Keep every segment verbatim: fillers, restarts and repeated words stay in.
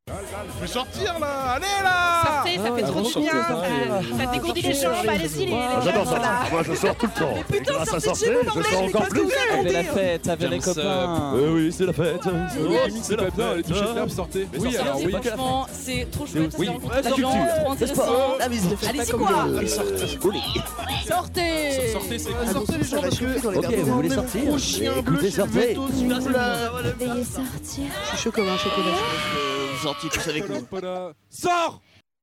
Je vais sortir là, allez là. Sortez, ça fait Ah, trop bon, du bien, sortez, ça, sortez. ça dégourdit les jambes, allez-y les, les Ah, j'adore ça. Ah, moi je sors tout le temps. Mais putain, Et grâce à sortez de sortir, chez vous, je bordel, sors mais encore qu'est-ce que plus. vous avez Avec la raconté fête, avec les J'aime ça. copains. Oui, oui, c'est la fête. Oui, Oui, c'est pas bien, les toucher de l'herbe, sortez. Oui, alors oui. Franchement, c'est trop chouette, Oui, c'est rencontre la des gens, culture. trop intéressant. Ah, mais ne faites Allez-y, pas comme quoi. le- Sortez. Sortez, c'est Ah, sortez les gens parce que dans les Ok, gardens. vous voulez sortir Gros chien bleu, Écoutez, chez le sortez. veto, celui-là, voilà. Veuillez sortir. Je suis chaud comme un chocolat. Vous sortez tous avec nous. Sors.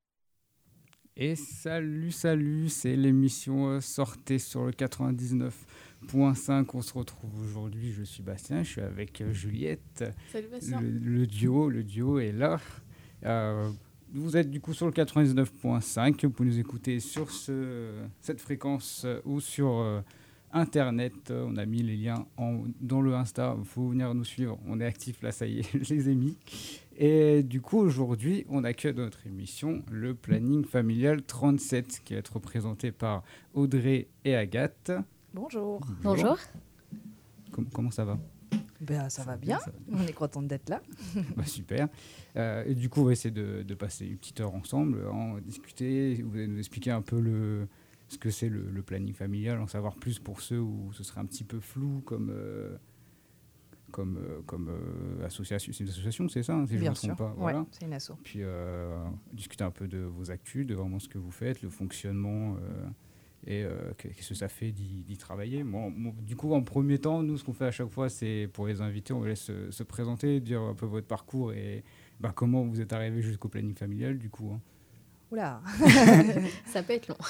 Et salut, salut, c'est l'émission euh, Sortez sur le quatre-vingt-dix-neuf point cinq. On se retrouve aujourd'hui, je suis Bastien, je suis avec euh, Juliette. Salut Bastien. Le, le duo, le duo est là. Euh, vous êtes du coup sur le quatre-vingt-dix-neuf point cinq. Vous pouvez nous écouter sur ce, cette fréquence euh, ou sur euh, Internet. Euh, On a mis les liens en, dans le Insta. Il faut venir nous suivre. On est actifs là, ça y est, je les ai mis. Et du coup, aujourd'hui, on accueille dans notre émission le planning familial trente-sept qui va être représenté par Audrey et Agathe. Bonjour. Bonjour. Com- comment ça va? Ben, ça va bien, Ça va. on est contente d'être là. Bah, super. Euh, et du coup, on va essayer de, de passer une petite heure ensemble, en discuter. Vous allez nous expliquer un peu le, ce que c'est le, le planning familial, en savoir plus pour ceux où ce serait un petit peu flou comme, euh, comme, euh, comme euh, association. C'est une association, c'est ça, hein, si je ne Bien me trompe sûr, pas. ouais, Voilà. c'est une asso. Puis euh, discuter un peu de vos actus, de vraiment ce que vous faites, le fonctionnement euh, et euh, qu'est-ce que ça fait d'y, d'y travailler. Moi, moi, du coup, en premier temps, nous, ce qu'on fait à chaque fois, c'est pour les invités, on vous laisse se, se présenter, dire un peu votre parcours et bah, comment vous êtes arrivé jusqu'au planning familial, du coup. Hein. Oula. Ça peut être long.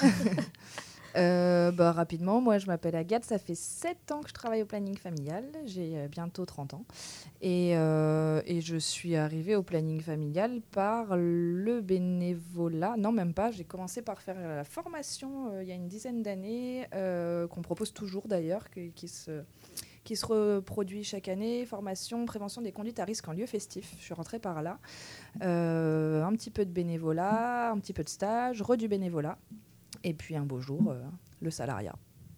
Euh, bah, rapidement, moi je m'appelle Agathe, ça fait sept ans que je travaille au planning familial, j'ai euh, bientôt trente ans et, euh, et je suis arrivée au planning familial par le bénévolat, non même pas, j'ai commencé par faire la formation euh, il y a une dizaine d'années, euh, qu'on propose toujours d'ailleurs, que- qui se, qui se reproduit chaque année, formation, prévention des conduites à risque en lieu festif, je suis rentrée par là, euh, un petit peu de bénévolat, un petit peu de stage, re du bénévolat. Et puis un beau jour, euh, le salariat.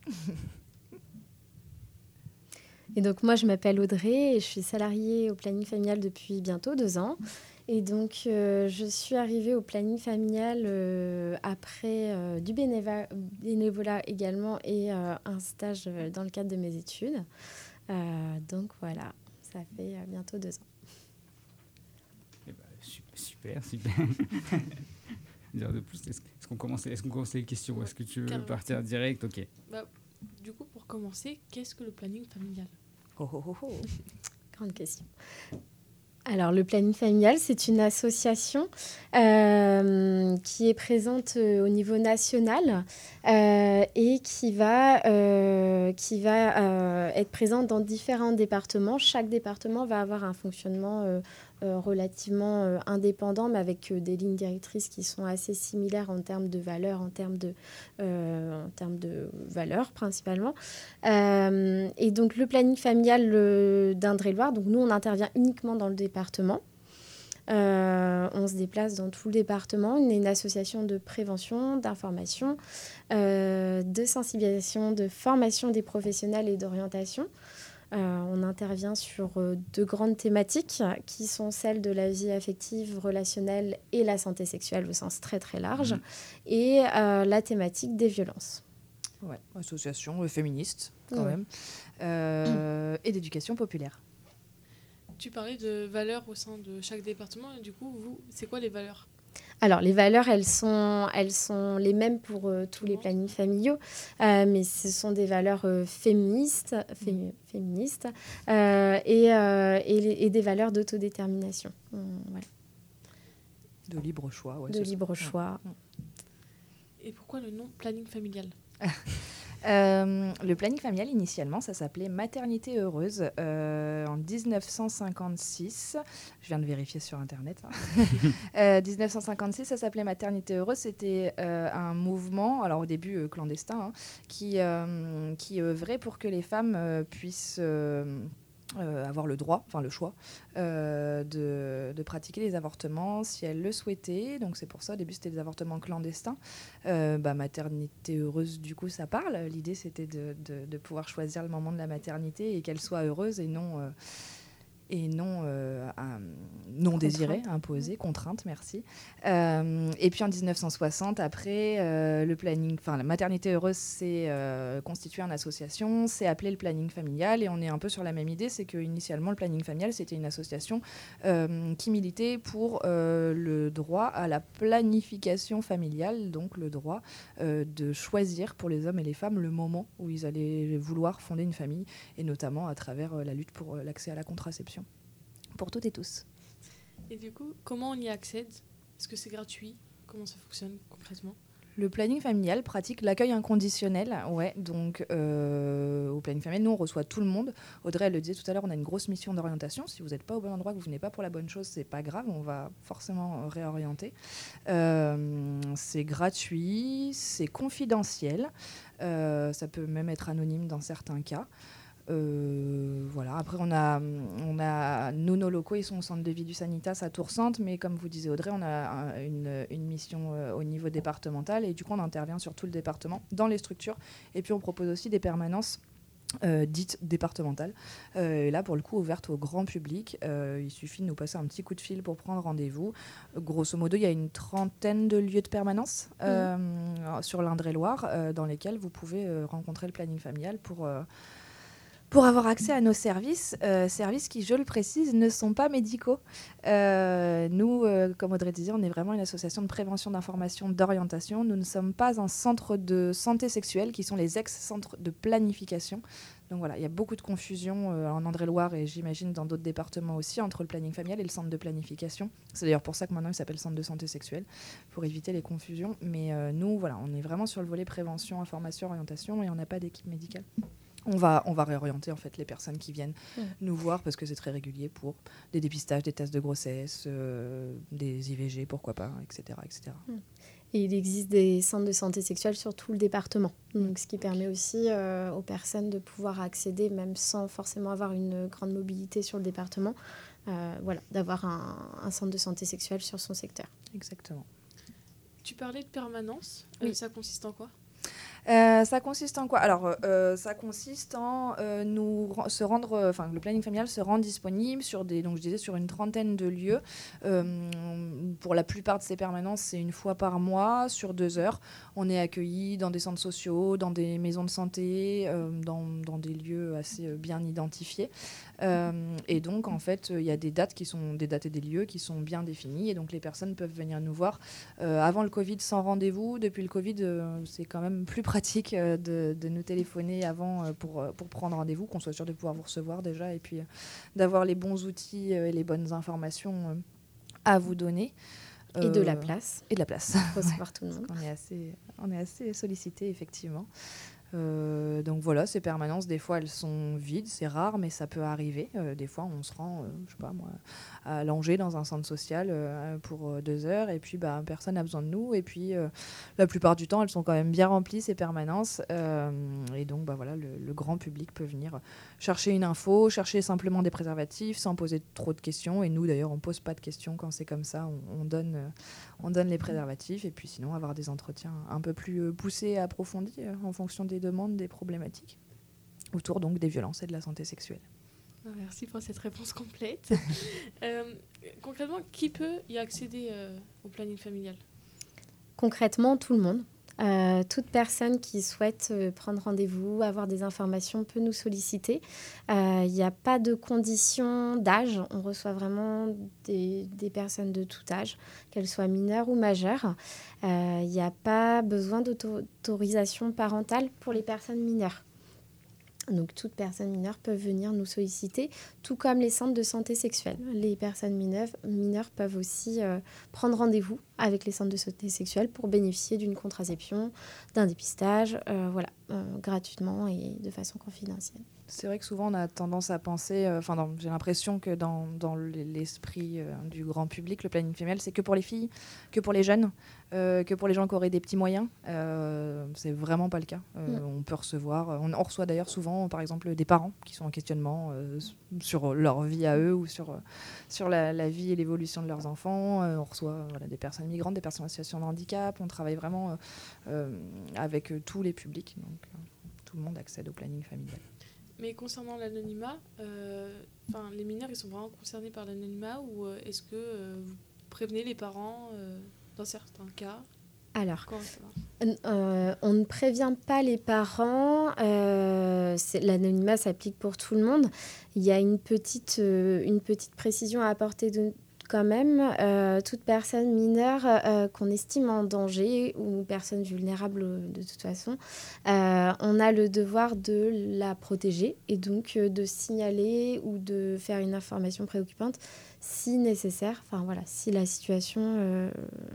Et donc moi, je m'appelle Audrey et je suis salariée au planning familial depuis bientôt deux ans. Et donc, euh, je suis arrivée au planning familial euh, après euh, du bénéva- bénévolat également et euh, un stage euh, dans le cadre de mes études. Euh, donc voilà, ça fait euh, bientôt deux ans. Eh ben, su- super, super. Dire de plus, est-ce, est-ce qu'on commence, est-ce qu'on commence les questions? Est-ce que tu veux Carrément. partir direct? Ok. Bah, du coup, pour commencer, qu'est-ce que le planning familial? Oh, oh, oh, oh. Grande question. Alors, le planning familial, c'est une association euh, qui est présente euh, au niveau national euh, et qui va, euh, qui va euh, être présente dans différents départements. Chaque département va avoir un fonctionnement euh, euh, relativement euh, indépendant, mais avec euh, des lignes directrices qui sont assez similaires en termes de valeurs, en termes de, euh, en termes de valeurs principalement. Euh, et donc, le planning familial euh, d'Indre-et-Loire, donc nous, on intervient uniquement dans le département. Euh, on se déplace dans tout le département. On est une association de prévention, d'information, euh, de sensibilisation, de formation des professionnels et d'orientation. Euh, on intervient sur euh, deux grandes thématiques qui sont celles de la vie affective, relationnelle et la santé sexuelle au sens très très large, mmh. et euh, la thématique des violences. Ouais, association euh, féministe quand Ouais. même, euh, et d'éducation populaire. Tu parlais de valeurs au sein de chaque département. Et du coup, vous, c'est quoi les valeurs? Alors, les valeurs, elles sont, elles sont les mêmes pour euh, tous les plannings familiaux, euh, mais ce sont des valeurs euh, féministes, fé- féministes euh, et, euh, et, les- et des valeurs d'autodétermination. Hum, voilà. De libre choix. Ouais, De ce libre sont- choix. Et pourquoi le nom planning familial? Euh, le planning familial, initialement, ça s'appelait Maternité heureuse euh, en dix-neuf cent cinquante-six. Je viens de vérifier sur Internet. Hein. euh, dix-neuf cent cinquante-six, ça s'appelait Maternité heureuse. C'était euh, un mouvement, alors au début euh, clandestin, hein, qui, euh, qui œuvrait pour que les femmes euh, puissent... Euh, Euh, avoir le droit, enfin le choix, euh, de, de pratiquer les avortements si elles le souhaitaient. Donc c'est pour ça, au début, c'était des avortements clandestins. Euh, bah, maternité heureuse, du coup, ça parle. L'idée, c'était de, de, de pouvoir choisir le moment de la maternité et qu'elle soit heureuse et non... Euh, et non euh, un, non désirées, imposées, contraintes, merci. Euh, et puis en dix-neuf cent soixante, après, euh, le planning, enfin la maternité heureuse s'est euh, constituée en association, c'est appelé le planning familial, et on est un peu sur la même idée, c'est que initialement le planning familial c'était une association euh, qui militait pour euh, le droit à la planification familiale, donc le droit euh, de choisir pour les hommes et les femmes le moment où ils allaient vouloir fonder une famille, et notamment à travers euh, la lutte pour euh, l'accès à la contraception pour toutes et tous. Et du coup, comment on y accède ? Est-ce que c'est gratuit ? Comment ça fonctionne concrètement ? Le planning familial pratique l'accueil inconditionnel. Ouais, donc euh, au planning familial, nous on reçoit tout le monde. Audrey elle le disait tout à l'heure, on a une grosse mission d'orientation. Si vous n'êtes pas au bon endroit, que vous venez pas pour la bonne chose, c'est pas grave, on va forcément réorienter. Euh, c'est gratuit, c'est confidentiel. Euh, ça peut même être anonyme dans certains cas. Euh, voilà. Après, on a, on a, nous, nos locaux, ils sont au centre de vie du Sanitas à Tours-Centre, mais comme vous disait Audrey, on a un, une, une mission euh, au niveau départemental, et du coup, on intervient sur tout le département, dans les structures, et puis on propose aussi des permanences euh, dites départementales, euh, et là, pour le coup, ouvertes au grand public. Euh, il suffit de nous passer un petit coup de fil pour prendre rendez-vous. Grosso modo, il y a une trentaine de lieux de permanence euh, mmh. sur l'Indre-et-Loire, euh, dans lesquels vous pouvez euh, rencontrer le planning familial pour... Euh, pour avoir accès à nos services, euh, services qui, je le précise, ne sont pas médicaux. Euh, nous, euh, comme Audrey disait, on est vraiment une association de prévention, d'information, d'orientation. Nous ne sommes pas un centre de santé sexuelle, qui sont les ex-centres de planification. Donc voilà, il y a beaucoup de confusion euh, en Indre-et-Loire, et j'imagine dans d'autres départements aussi, entre le planning familial et le centre de planification. C'est d'ailleurs pour ça que maintenant il s'appelle centre de santé sexuelle, pour éviter les confusions. Mais euh, nous, voilà, on est vraiment sur le volet prévention, information, orientation, et on n'a pas d'équipe médicale. On va, on va réorienter en fait les personnes qui viennent mmh. nous voir, parce que c'est très régulier, pour des dépistages, des tests de grossesse, euh, des I V G, pourquoi pas, et cetera, et cetera. Mmh. Et il existe des centres de santé sexuelle sur tout le département, donc ce qui permet aussi euh, aux personnes de pouvoir accéder, même sans forcément avoir une grande mobilité sur le département, euh, voilà, d'avoir un, un centre de santé sexuelle sur son secteur. Exactement. Tu parlais de permanence, oui. euh, ça consiste en quoi ? Euh, ça consiste en quoi ? Alors, euh, ça consiste en euh, nous se rendre, enfin, le planning familial se rend disponible sur des, donc je disais, sur une trentaine de lieux. Euh, pour la plupart de ces permanences, c'est une fois par mois, sur deux heures. On est accueillis dans des centres sociaux, dans des maisons de santé, euh, dans, dans des lieux assez bien identifiés. Euh, et donc, en fait, il y a des dates qui sont des dates et des lieux qui sont bien définis, et donc les personnes peuvent venir nous voir euh, avant le Covid sans rendez-vous. Depuis le Covid, euh, c'est quand même plus pratique euh, de, de nous téléphoner avant euh, pour, pour prendre rendez-vous, qu'on soit sûr de pouvoir vous recevoir déjà, et puis euh, d'avoir les bons outils euh, et les bonnes informations euh, à vous donner. Et euh, de la place. Et de la place. Pour recevoir tout le monde. On est assez, on est assez sollicité, effectivement. Euh, donc voilà, ces permanences, des fois elles sont vides, c'est rare, mais ça peut arriver. Euh, des fois on se rend, euh, je sais pas moi, à Langeais dans un centre social euh, pour euh, deux heures, et puis bah, personne n'a besoin de nous, et puis euh, la plupart du temps elles sont quand même bien remplies, ces permanences, euh, et donc bah, voilà, le, le grand public peut venir chercher une info, chercher simplement des préservatifs sans poser trop de questions, et nous d'ailleurs on pose pas de questions quand c'est comme ça, on, on, donne, euh, on donne les préservatifs, et puis sinon avoir des entretiens un peu plus euh, poussés et approfondis euh, en fonction des demandes, des problématiques autour donc des violences et de la santé sexuelle. Merci pour cette réponse complète. euh, concrètement, qui peut y accéder euh, au planning familial ? Concrètement, tout le monde. Euh, toute personne qui souhaite euh, prendre rendez-vous, avoir des informations, peut nous solliciter. Il euh, n'y a pas de condition d'âge. On reçoit vraiment des, des personnes de tout âge, qu'elles soient mineures ou majeures. Il euh, n'y a pas besoin d'autorisation parentale pour les personnes mineures. Donc, toutes personnes mineures peuvent venir nous solliciter, tout comme les centres de santé sexuelle. Les personnes mineures, mineures peuvent aussi euh, prendre rendez-vous avec les centres de santé sexuelle pour bénéficier d'une contraception, d'un dépistage, euh, voilà, euh, gratuitement et de façon confidentielle. C'est vrai que souvent on a tendance à penser, enfin euh, j'ai l'impression que dans, dans l'esprit euh, du grand public, le planning familial c'est que pour les filles, que pour les jeunes, euh, que pour les gens qui auraient des petits moyens. Euh, c'est vraiment pas le cas. Euh, mmh. On peut recevoir, on, on reçoit d'ailleurs souvent par exemple des parents qui sont en questionnement euh, sur leur vie à eux ou sur, sur la, la vie et l'évolution de leurs enfants. Euh, on reçoit voilà, des personnes migrantes, des personnes en situation de handicap. On travaille vraiment euh, euh, avec euh, tous les publics, donc euh, tout le monde accède au planning familial. Mais concernant l'anonymat, euh, les mineurs, ils sont vraiment concernés par l'anonymat ou euh, est-ce que euh, vous prévenez les parents euh, dans certains cas? Alors, euh, on ne prévient pas les parents. Euh, l'anonymat s'applique pour tout le monde. Il y a une petite, euh, une petite précision à apporter de, quand même. Euh, toute personne mineure euh, qu'on estime en danger ou personne vulnérable de toute façon, euh, on a le devoir de la protéger et donc euh, de signaler ou de faire une information préoccupante si nécessaire. Enfin voilà, si la situation... Euh,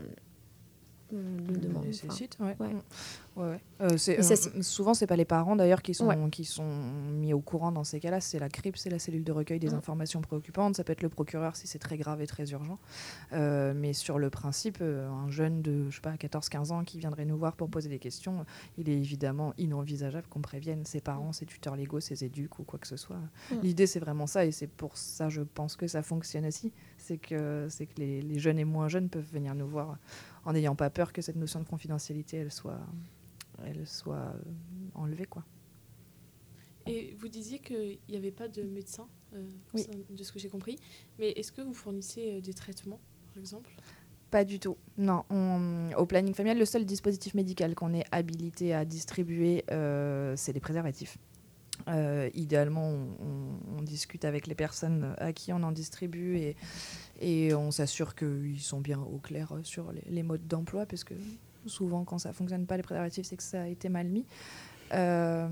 le demande. Nécessite, ouais. Ouais. Ouais, ouais. Euh, c'est, euh, c'est... Souvent, c'est pas les parents d'ailleurs qui sont, ouais. qui sont mis au courant dans ces cas-là. C'est la C R I P, c'est la cellule de recueil des ouais. informations préoccupantes. Ça peut être le procureur si c'est très grave et très urgent. Euh, mais sur le principe, euh, un jeune de je sais pas, quatorze quinze ans qui viendrait nous voir pour poser des questions, il est évidemment inenvisageable qu'on prévienne ses parents, ses tuteurs légaux, ses éduques ou quoi que ce soit. Ouais. L'idée, c'est vraiment ça et c'est pour ça, je pense que ça fonctionne aussi. C'est que, c'est que les, les jeunes et moins jeunes peuvent venir nous voir en n'ayant pas peur que cette notion de confidentialité, elle soit, elle soit euh, enlevée, quoi. Et vous disiez qu'il n'y avait pas de médecin, euh, oui. de ce que j'ai compris, mais est-ce que vous fournissez euh, des traitements, par exemple ? Pas du tout. Non, on, au planning familial, le seul dispositif médical qu'on est habilité à distribuer, euh, c'est les préservatifs. Euh, idéalement, on, on, on discute avec les personnes à qui on en distribue et, et on s'assure qu'ils sont bien au clair sur les, les modes d'emploi, parce que souvent, quand ça ne fonctionne pas, les préservatifs, c'est que ça a été mal mis. Euh,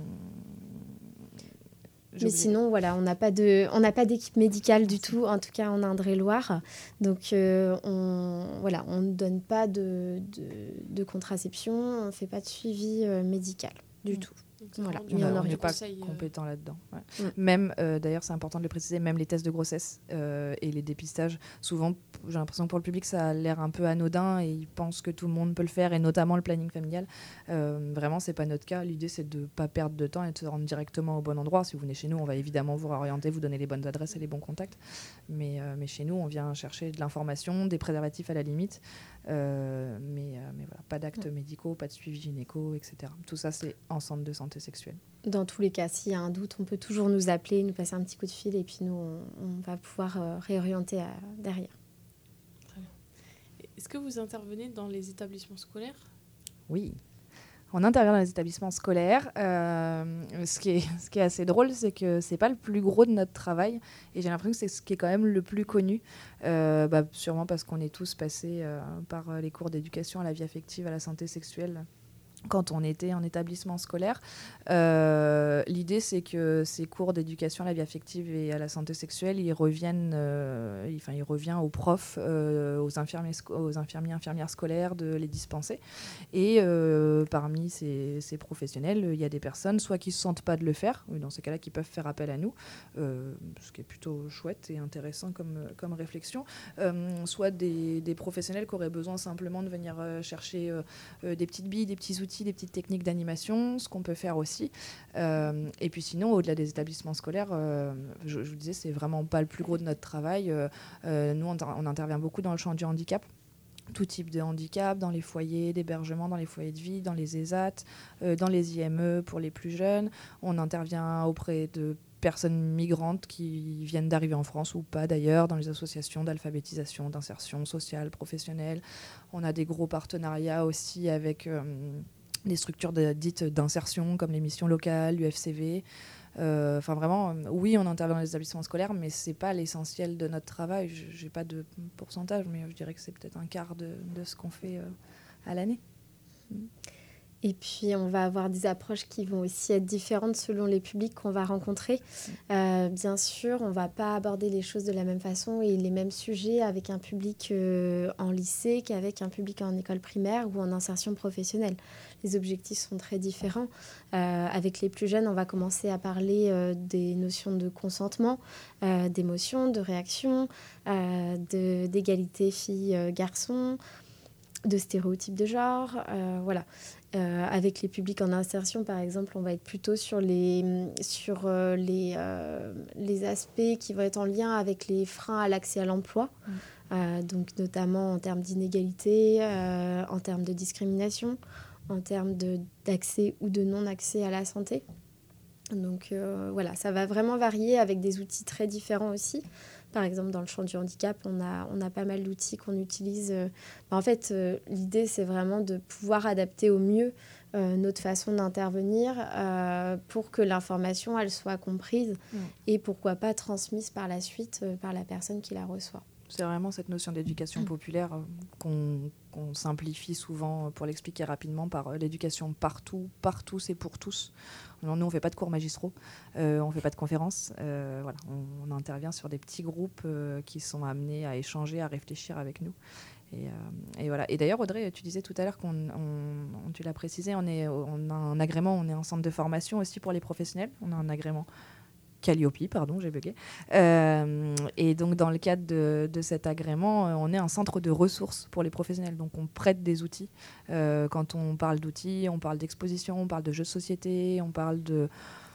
Mais sinon, voilà, on n'a pas de, on n'a pas d'équipe médicale du tout, en tout cas en Indre-et-Loire. Donc, euh, on, voilà, on ne donne pas de, de, de contraception, on ne fait pas de suivi euh, médical du mmh. tout. Voilà. On n'est pas compétent là-dedans. Ouais. Mm. Même, euh, d'ailleurs, c'est important de le préciser, même les tests de grossesse euh, et les dépistages, souvent, j'ai l'impression que pour le public, ça a l'air un peu anodin et ils pensent que tout le monde peut le faire, et notamment le planning familial. Euh, vraiment, c'est pas notre cas. L'idée, c'est de ne pas perdre de temps et de se rendre directement au bon endroit. Si vous venez chez nous, on va évidemment vous réorienter, vous donner les bonnes adresses et les bons contacts. Mais, euh, mais chez nous, on vient chercher de l'information, des préservatifs à la limite. Euh, mais, euh, mais voilà, pas d'actes mmh. médicaux, pas de suivi gynéco, et cetera. Tout ça, c'est en centre de santé sexuelle. Dans tous les cas, s'il y a un doute, on peut toujours nous appeler, nous passer un petit coup de fil, et puis nous, on, on va pouvoir euh, réorienter à, derrière. Très bien. Est-ce que vous intervenez dans les établissements scolaires ? Oui. On intervient dans les établissements scolaires. Euh, ce, qui est, ce qui est assez drôle, c'est que ce n'est pas le plus gros de notre travail. Et j'ai l'impression que c'est ce qui est quand même le plus connu. Euh, bah, sûrement parce qu'on est tous passés euh, par les cours d'éducation à la vie affective, à la santé sexuelle, quand on était en établissement scolaire. Euh, l'idée, c'est que ces cours d'éducation à la vie affective et à la santé sexuelle, ils reviennent, euh, il, enfin, il revient aux profs, euh, aux infirmiers, aux infirmiers, infirmières scolaires de les dispenser. Et euh, parmi ces, ces professionnels, il y a des personnes, soit qui ne se sentent pas de le faire, dans ces cas-là, qui peuvent faire appel à nous, euh, ce qui est plutôt chouette et intéressant comme, comme réflexion, euh, soit des, des professionnels qui auraient besoin simplement de venir euh, chercher euh, des petites billes, des petits outils, des petites techniques d'animation, ce qu'on peut faire aussi. Euh, et puis sinon, au-delà des établissements scolaires, euh, je, je vous disais, c'est vraiment pas le plus gros de notre travail. Euh, euh, nous, on, on intervient beaucoup dans le champ du handicap. Tout type de handicap, dans les foyers d'hébergement, dans les foyers de vie, dans les ESAT, euh, dans les I M E pour les plus jeunes. On intervient auprès de personnes migrantes qui viennent d'arriver en France ou pas d'ailleurs, dans les associations d'alphabétisation, d'insertion sociale, professionnelle. On a des gros partenariats aussi avec euh, des structures de, dites d'insertion comme les missions locales, l'U F C V. Enfin euh, vraiment, euh, oui, on intervient dans les établissements scolaires, mais c'est pas l'essentiel de notre travail. Je n'ai pas de pourcentage, mais je dirais que c'est peut-être un quart de, de ce qu'on fait euh, à l'année. Mmh. Et puis, on va avoir des approches qui vont aussi être différentes selon les publics qu'on va rencontrer. Euh, bien sûr, on ne va pas aborder les choses de la même façon et les mêmes sujets avec un public euh, en lycée qu'avec un public en école primaire ou en insertion professionnelle. Les objectifs sont très différents. Euh, avec les plus jeunes, on va commencer à parler euh, des notions de consentement, euh, d'émotion, de réaction, euh, de, d'égalité filles-garçons, de stéréotypes de genre, euh, voilà. Euh, avec les publics en insertion, par exemple, on va être plutôt sur les, sur, euh, les, euh, les aspects qui vont être en lien avec les freins à l'accès à l'emploi, mmh. euh, donc notamment en termes d'inégalité, euh, en termes de discrimination, en termes de, d'accès ou de non-accès à la santé. Donc euh, voilà, ça va vraiment varier avec des outils très différents aussi. Par exemple, dans le champ du handicap, on a, on a pas mal d'outils qu'on utilise. Euh, en fait, euh, l'idée, c'est vraiment de pouvoir adapter au mieux euh, notre façon d'intervenir euh, pour que l'information, elle soit comprise Mmh. et pourquoi pas transmise par la suite euh, par la personne qui la reçoit. C'est vraiment cette notion d'éducation Mmh. populaire euh, qu'on qu'on simplifie souvent, euh, pour l'expliquer rapidement, par euh, l'éducation partout, partout, c'est pour tous. Non, nous, on ne fait pas de cours magistraux, euh, on ne fait pas de conférences. euh, voilà, on, on intervient sur des petits groupes euh, qui sont amenés à échanger, à réfléchir avec nous. Et, euh, et voilà. Et d'ailleurs, Audrey, tu disais tout à l'heure qu'on, on- tu l'as précisé, on, est, on a un agrément, on est un centre de formation aussi pour les professionnels. On a un agrément Calliope, pardon, j'ai bugué. Euh, et donc, dans le cadre de, de cet agrément, euh, on est un centre de ressources pour les professionnels. Donc, on prête des outils. Euh, quand on parle d'outils, on parle d'exposition, on parle de jeux de société, on parle de,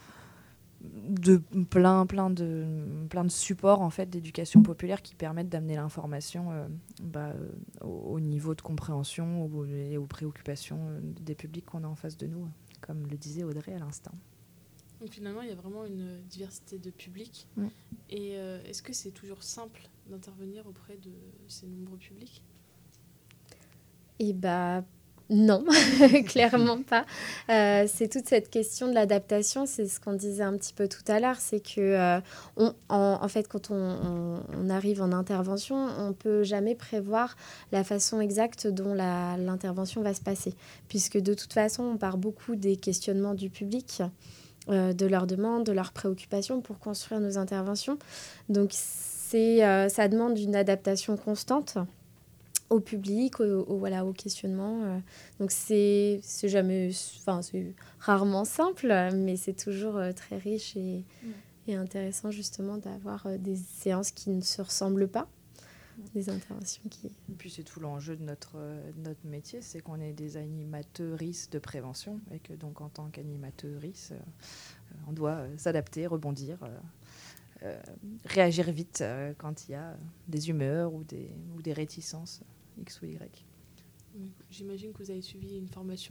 de plein, plein, de, plein de supports en fait, d'éducation populaire qui permettent d'amener l'information euh, bah, euh, au, au niveau de compréhension au- et aux préoccupations euh, des publics qu'on a en face de nous, comme le disait Audrey à l'instant. Donc finalement, il y a vraiment une diversité de publics. Mm. Et euh, est-ce que c'est toujours simple d'intervenir auprès de ces nombreux publics? Et bah non, clairement pas. Euh, c'est toute cette question de l'adaptation, c'est ce qu'on disait un petit peu tout à l'heure, c'est que euh, on, en, en fait quand on, on, on arrive en intervention, on peut jamais prévoir la façon exacte dont la, l'intervention va se passer, puisque de toute façon on part beaucoup des questionnements du public, euh, de leurs demandes, de leurs préoccupations pour construire nos interventions. Donc c'est, euh, ça demande une adaptation constante au public, au, au, voilà, au questionnement. Euh. Donc, c'est, c'est, jamais, enfin, c'est rarement simple, mais c'est toujours euh, très riche et, Mm. et intéressant, justement, d'avoir euh, des séances qui ne se ressemblent pas, Mm. des interventions qui... Et puis, c'est tout l'enjeu de notre, euh, de notre métier, c'est qu'on est des animatrices de prévention et que, donc, en tant qu'animatrice, euh, on doit euh, s'adapter, rebondir, euh, euh, réagir vite euh, quand il y a des humeurs ou des, ou des réticences X ou Y. Donc, j'imagine que vous avez suivi une formation.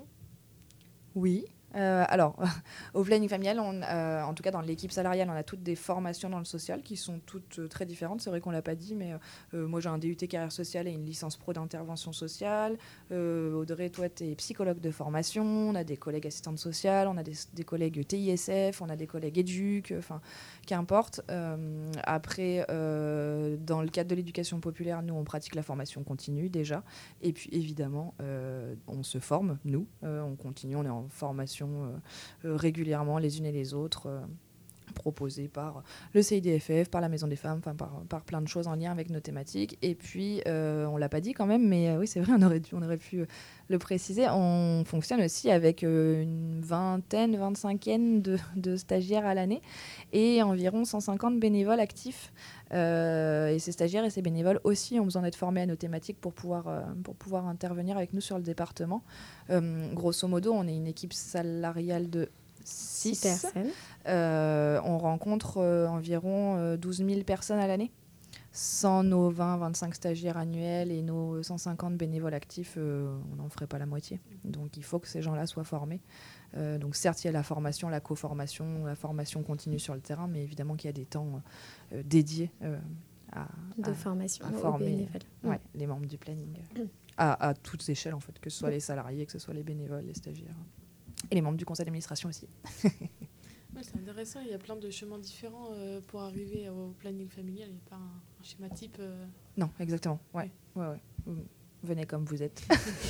Oui. Euh, alors, au planning familial, on, euh, en tout cas dans l'équipe salariale, on a toutes des formations dans le social qui sont toutes euh, très différentes. C'est vrai qu'on ne l'a pas dit, mais euh, moi j'ai un D U T carrière sociale et une licence pro d'intervention sociale. Euh, Audrey, toi, tu es psychologue de formation. On a des collègues assistantes sociales, on a des, des collègues T I S F, on a des collègues éduc, enfin, qu'importe. Euh, après, euh, dans le cadre de l'éducation populaire, nous, on pratique la formation continue déjà. Et puis, évidemment, euh, on se forme, nous. Euh, on continue, on est en formation Euh, euh, régulièrement les unes et les autres, euh, proposées par le C I D F F, par la Maison des Femmes, par, par plein de choses en lien avec nos thématiques. Et puis, euh, on ne l'a pas dit quand même, mais euh, oui, c'est vrai, on aurait, dû, on aurait pu le préciser. On fonctionne aussi avec euh, une vingtaine, vingt-cinquaine de, de stagiaires à l'année et environ cent cinquante bénévoles actifs. Euh, et ces stagiaires et ces bénévoles aussi ont besoin d'être formés à nos thématiques pour pouvoir, euh, pour pouvoir intervenir avec nous sur le département. Euh, grosso modo, on est une équipe salariale de six personnes. Euh, on rencontre euh, environ euh, douze mille personnes à l'année. Sans nos vingt à vingt-cinq stagiaires annuels et nos cent cinquante bénévoles actifs, euh, on n'en ferait pas la moitié. Donc il faut que ces gens-là soient formés. Euh, donc certes, il y a la formation, la co-formation, la formation continue sur le terrain, mais évidemment qu'il y a des temps euh, dédiés euh, à, de à, formation à aux former bénévoles. ouais, les membres du planning. À, à toutes échelles, en fait, que ce soit les salariés, que ce soit les bénévoles, les stagiaires. Et les membres du conseil d'administration aussi. Ouais, c'est intéressant, il y a plein de chemins différents euh, pour arriver au planning familial. Il n'y a pas un, un schéma type. Euh... Non, exactement. Ouais, ouais, ouais. Vous venez comme vous êtes.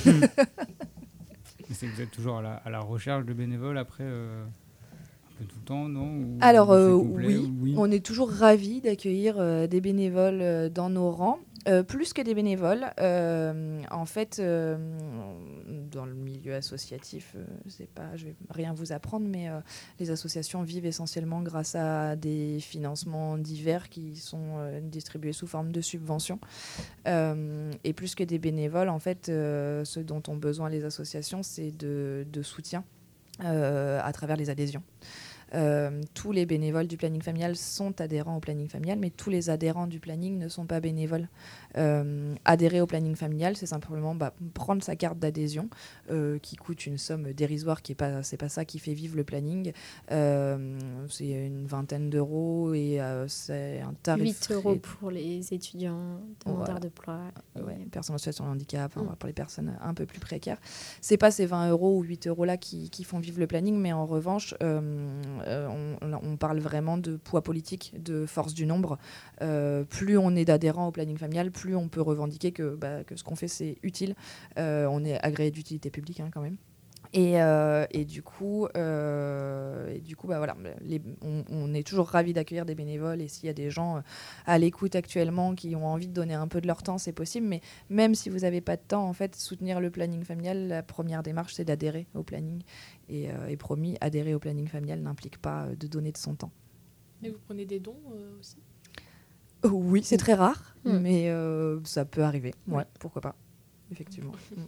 C'est que vous êtes toujours à la, à la recherche de bénévoles après euh, un peu tout le temps, non? Ou Alors c'est euh, complet, oui, ou oui, on est toujours ravis d'accueillir euh, des bénévoles euh, dans nos rangs. Euh, plus que des bénévoles, euh, en fait, euh, dans le milieu associatif, euh, c'est pas, je vais rien vous apprendre, mais euh, les associations vivent essentiellement grâce à des financements divers qui sont euh, distribués sous forme de subventions. Euh, et plus que des bénévoles, en fait, euh, ce dont ont besoin les associations, c'est de, de soutien euh, à travers les adhésions. Euh, tous les bénévoles du planning familial sont adhérents au planning familial, mais tous les adhérents du planning ne sont pas bénévoles. Euh, adhérer au planning familial, c'est simplement bah, prendre sa carte d'adhésion euh, qui coûte une somme dérisoire, qui est pas, c'est pas ça qui fait vivre le planning. Euh, c'est une vingtaine d'euros et euh, c'est un tarif. huit euros pour les étudiants demandeurs Voilà. d'emploi. Ouais, personnes en situation de handicap, enfin, mm. pour les personnes un peu plus précaires. C'est pas ces vingt euros ou huit euros là qui, qui font vivre le planning, mais en revanche, euh, euh, on, on parle vraiment de poids politique, de force du nombre. Euh, plus on est d'adhérents au planning familial, plus on peut revendiquer que, bah, que ce qu'on fait c'est utile. Euh, on est agréé d'utilité publique hein, quand même. Et, euh, et du coup, euh, et du coup bah voilà, les, on, on est toujours ravis d'accueillir des bénévoles. Et s'il y a des gens à l'écoute actuellement qui ont envie de donner un peu de leur temps, c'est possible. Mais même si vous n'avez pas de temps, en fait, soutenir le planning familial, la première démarche, c'est d'adhérer au planning. Et, euh, et promis, adhérer au planning familial n'implique pas de donner de son temps. Et vous prenez des dons euh, aussi ? Oui, c'est très rare, mmh. mais euh, ça peut arriver. Ouais, pourquoi pas, effectivement. Mmh.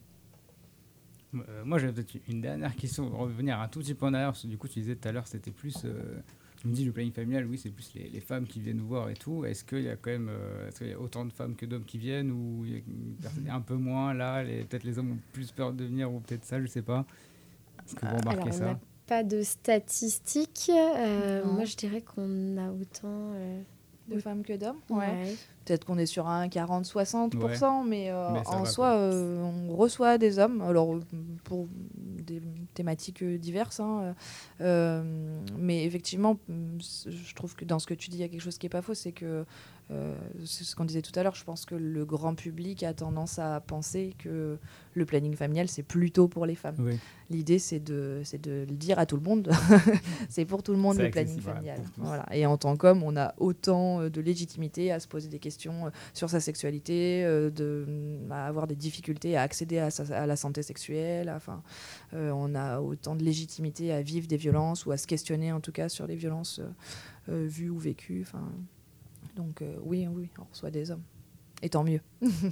Euh, moi, j'avais peut-être une dernière question, revenir un tout petit peu en arrière, parce que du coup, tu disais tout à l'heure, c'était plus, euh, tu me dis le planning familial, oui, c'est plus les, les femmes qui viennent nous voir et tout. Est-ce qu'il y a quand même, euh, est-ce qu'il y a autant de femmes que d'hommes qui viennent, ou il y a une personne, un peu moins là, les, peut-être les hommes ont plus peur de venir, ou peut-être ça, je sais pas. Est-ce que vous remarquez Alors, ça ? on n'a pas de statistiques. Euh, moi, je dirais qu'on a autant euh, de femmes que d'hommes. Ouais. Ouais. Peut-être qu'on est sur un quarante à soixante pour cent, ouais. mais, euh, mais en va, soi, euh, on reçoit des hommes, alors pour des thématiques diverses. Hein, euh, mais effectivement, je trouve que dans ce que tu dis, il y a quelque chose qui n'est pas faux, c'est que, euh, c'est ce qu'on disait tout à l'heure, je pense que le grand public a tendance à penser que le planning familial, c'est plutôt pour les femmes. Oui. L'idée, c'est de, c'est de le dire à tout le monde. C'est pour tout le monde, c'est le planning familial. Voilà. Et en tant qu'homme, on a autant de légitimité à se poser des questions sur sa sexualité, euh, de, à avoir des difficultés à accéder à, sa, à la santé sexuelle. Enfin, euh, on a autant de légitimité à vivre des violences ou à se questionner en tout cas sur les violences euh, vues ou vécues. Enfin, donc euh, oui, oui, on reçoit des hommes. Et tant mieux.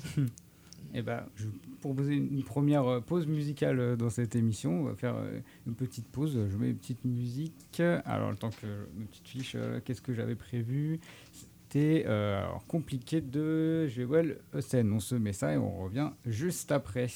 Eh ben, je vais proposer une première pause musicale dans cette émission. On va faire une petite pause. Je mets une petite musique. Alors, le temps que mes petites fiches, qu'est-ce que j'avais prévu ? C'était euh, alors, compliqué de Jewel Hussein. On se met ça et on revient juste après.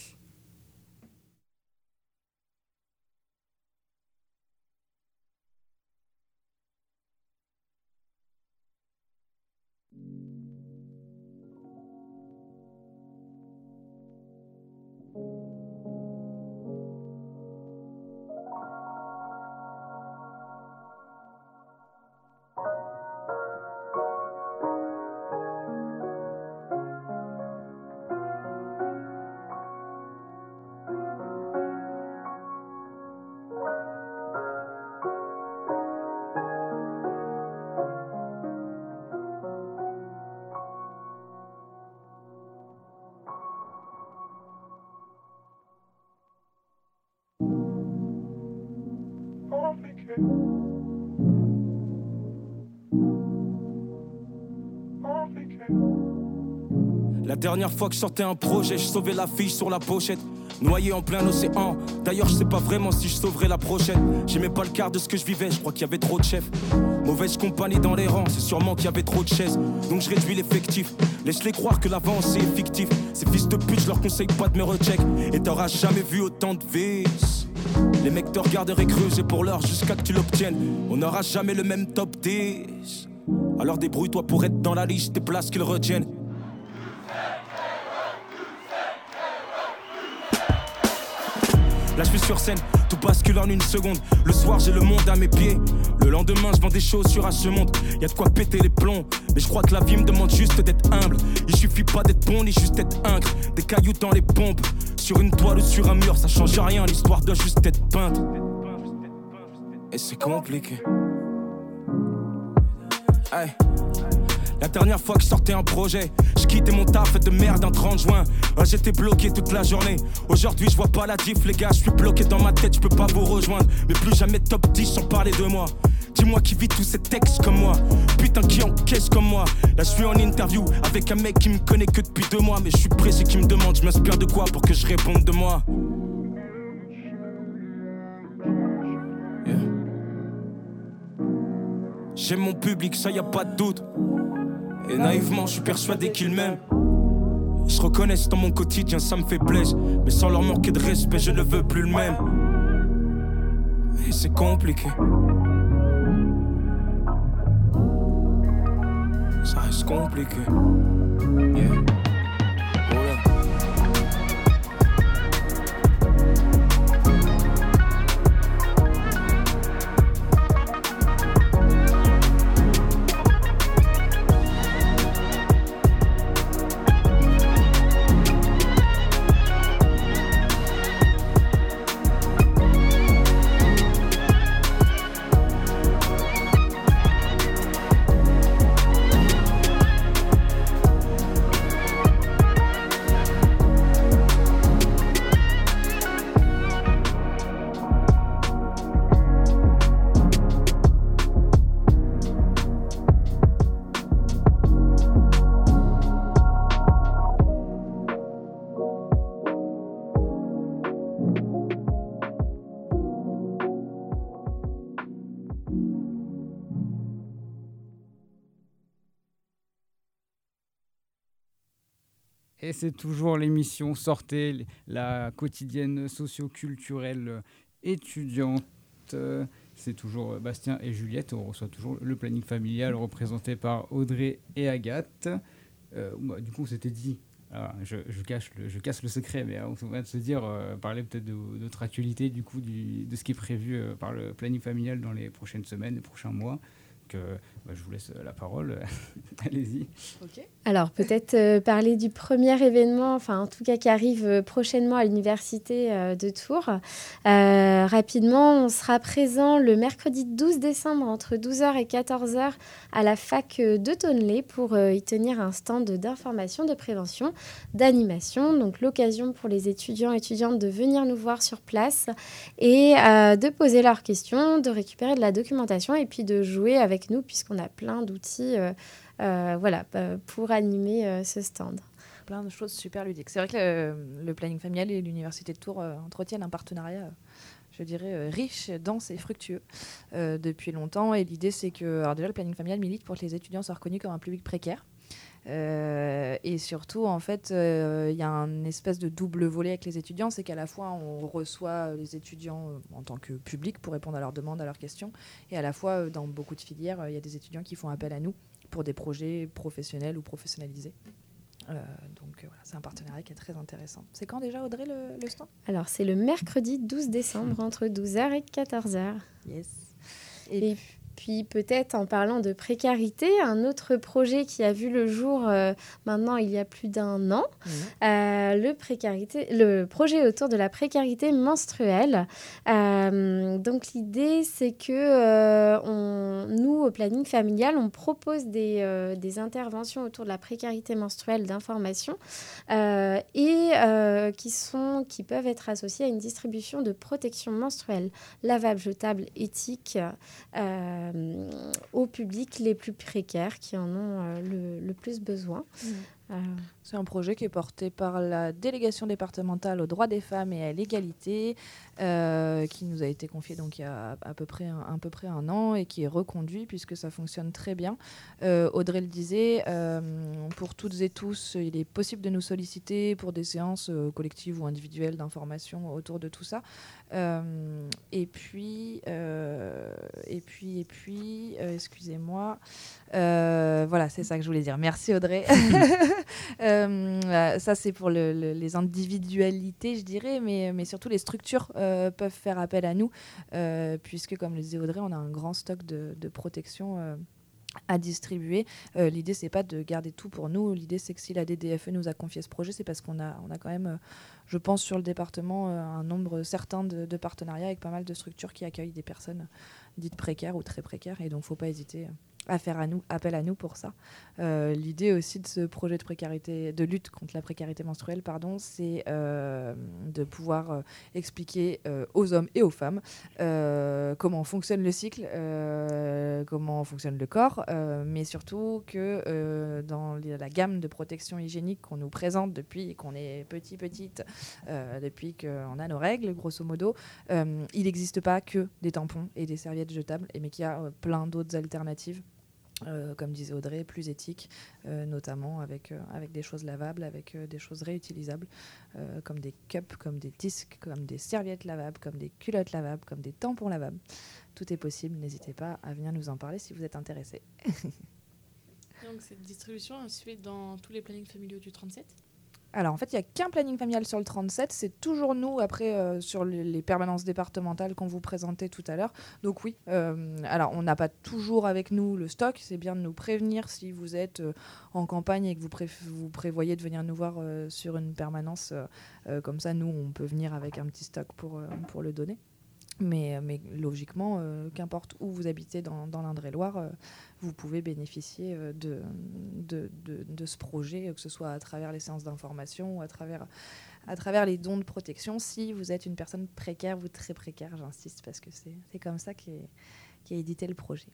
La dernière fois que je sortais un projet, je sauvais l'affiche sur la pochette. Noyé en plein océan, d'ailleurs je sais pas vraiment si je sauverai la prochaine. J'aimais pas le quart de ce que je vivais, je crois qu'il y avait trop de chefs. Mauvaise compagnie dans les rangs, c'est sûrement qu'il y avait trop de chaises. Donc je réduis l'effectif, laisse-les croire que l'avance est fictif. Ces fils de pute, je leur conseille pas de me recheck. Et t'auras jamais vu autant de vis. Les mecs te regarderaient creuser pour l'heure jusqu'à que tu l'obtiennes. On n'aura jamais le même top dix. Alors débrouille-toi pour être dans la liste des places qu'ils retiennent. Là je suis sur scène, tout bascule en une seconde. Le soir j'ai le monde à mes pieds. Le lendemain je vends des chaussures à ce monde. Y'a de quoi péter les plombs. Mais je crois que la vie me demande juste d'être humble. Il suffit pas d'être bon ni juste être ingre. Des cailloux dans les pompes. Sur une toile ou sur un mur ça change rien. L'histoire doit juste être peinte. Et c'est compliqué. Hey. La dernière fois que je sortais un projet, je quittais mon taf de merde un trente juin. Oh, j'étais bloqué toute la journée. Aujourd'hui je vois pas la diff les gars, je suis bloqué dans ma tête, je peux pas vous rejoindre. Mais plus jamais top dix sans parler de moi. Dis-moi qui vit tous ces textes comme moi. Putain qui encaisse comme moi. Là je suis en interview avec un mec qui me connaît que depuis deux mois. Mais je suis pressé qui me demande, je m'inspire de quoi pour que je réponde de moi. Yeah. J'aime mon public, ça y a pas de doute. Et naïvement, je suis persuadé qu'ils m'aiment. Ils se reconnaissent dans mon quotidien, ça me fait plaisir. Mais sans leur manquer de respect, je ne veux plus le même. Mais c'est compliqué. Ça reste compliqué. Yeah. Oh là. Et c'est toujours l'émission Sortez, la quotidienne socio-culturelle étudiante. C'est toujours Bastien et Juliette. On reçoit toujours le planning familial représenté par Audrey et Agathe. Euh, bah, du coup, on s'était dit, alors, je, je, cache le, je casse le secret, mais on va se dire, euh, parler peut-être de notre actualité, du coup, du, de ce qui est prévu euh, par le planning familial dans les prochaines semaines, les prochains mois. Euh, bah, je vous laisse la parole. Allez-y. Okay. Alors, peut-être euh, parler du premier événement, enfin, en tout cas, qui arrive euh, prochainement à l'Université euh, de Tours. Euh, rapidement, on sera présent le mercredi douze décembre entre douze heures et quatorze heures à la fac de Tonlé pour euh, y tenir un stand d'information, de prévention, d'animation. Donc, l'occasion pour les étudiants et étudiantes de venir nous voir sur place et euh, de poser leurs questions, de récupérer de la documentation et puis de jouer avec nous puisqu'on a plein d'outils euh, euh, voilà, euh, pour animer euh, ce stand. Plein de choses super ludiques. C'est vrai que le, le planning familial et l'Université de Tours euh, entretiennent un partenariat, euh, je dirais, euh, riche, dense et fructueux euh, depuis longtemps. Et l'idée, c'est que alors déjà, le planning familial milite pour que les étudiants soient reconnus comme un public précaire. Euh, et surtout, en fait, il euh, y a un espèce de double volet avec les étudiants, c'est qu'à la fois, on reçoit les étudiants euh, en tant que public pour répondre à leurs demandes, à leurs questions, et à la fois, euh, dans beaucoup de filières, il euh, y a des étudiants qui font appel à nous pour des projets professionnels ou professionnalisés. Euh, donc euh, voilà, c'est un partenariat qui est très intéressant. C'est quand déjà, Audrey, le, le stand ? Alors, c'est le mercredi douze décembre entre douze heures et quatorze heures. Yes. Et, et puis peut-être en parlant de précarité, un autre projet qui a vu le jour euh, maintenant il y a plus d'un an, mmh. euh, le, précarité, le projet autour de la précarité menstruelle. Euh, donc l'idée c'est que euh, on, nous au planning familial on propose des, euh, des interventions autour de la précarité menstruelle d'information euh, et euh, qui, sont, qui peuvent être associées à une distribution de protection menstruelle lavable, jetable, éthique euh, au public les plus précaires qui en ont euh, le, le plus besoin. Mmh. Euh... C'est un projet qui est porté par la délégation départementale aux droits des femmes et à l'égalité, euh, qui nous a été confié donc il y a à peu près un, à peu près un an et qui est reconduit puisque ça fonctionne très bien. Euh, Audrey le disait, euh, pour toutes et tous, il est possible de nous solliciter pour des séances euh, collectives ou individuelles d'information autour de tout ça. Euh, et puis, euh, et puis, et puis, euh, excusez-moi. Euh, voilà, c'est ça que je voulais dire. Merci Audrey. euh, ça, c'est pour le, le, les individualités, je dirais, mais, mais surtout les structures euh, peuvent faire appel à nous, euh, puisque, comme le disait Audrey, on a un grand stock de, de protection euh, à distribuer. Euh, l'idée, c'est pas de garder tout pour nous. L'idée, c'est que si la D D F E nous a confié ce projet, c'est parce qu'on a, on a quand même, euh, je pense, sur le département, euh, un nombre certain de, de partenariats avec pas mal de structures qui accueillent des personnes dites précaires ou très précaires. Et donc, il ne faut pas hésiter à faire à nous, appel à nous pour ça. Euh, l'idée aussi de ce projet de précarité, de lutte contre la précarité menstruelle, pardon, c'est euh, de pouvoir euh, expliquer euh, aux hommes et aux femmes euh, comment fonctionne le cycle, euh, comment fonctionne le corps, euh, mais surtout que euh, dans la gamme de protection hygiénique qu'on nous présente depuis qu'on est petit, petite, euh, depuis qu'on a nos règles, grosso modo, euh, il n'existe pas que des tampons et des serviettes jetables, mais qu'il y a euh, plein d'autres alternatives. Euh, comme disait Audrey, plus éthiques, euh, notamment avec, euh, avec des choses lavables, avec euh, des choses réutilisables, euh, comme des cups, comme des disques, comme des serviettes lavables, comme des culottes lavables, comme des tampons lavables. Tout est possible, n'hésitez pas à venir nous en parler si vous êtes intéressés. Donc cette distribution se fait dans tous les plannings familiaux du trente-sept ? Alors en fait, il n'y a qu'un planning familial sur le trente-sept, c'est toujours nous après euh, sur les, les permanences départementales qu'on vous présentait tout à l'heure. Donc oui, euh, alors on n'a pas toujours avec nous le stock, c'est bien de nous prévenir si vous êtes euh, en campagne et que vous, pré- vous prévoyez de venir nous voir euh, sur une permanence, euh, euh, comme ça nous on peut venir avec un petit stock pour, euh, pour le donner. Mais, mais logiquement, euh, qu'importe où vous habitez dans, dans l'Indre-et-Loire, euh, vous pouvez bénéficier euh, de, de, de, de ce projet, que ce soit à travers les séances d'information ou à travers, à travers les dons de protection, si vous êtes une personne précaire ou très précaire, j'insiste, parce que c'est, c'est comme ça qu'est, qu'est édité le projet.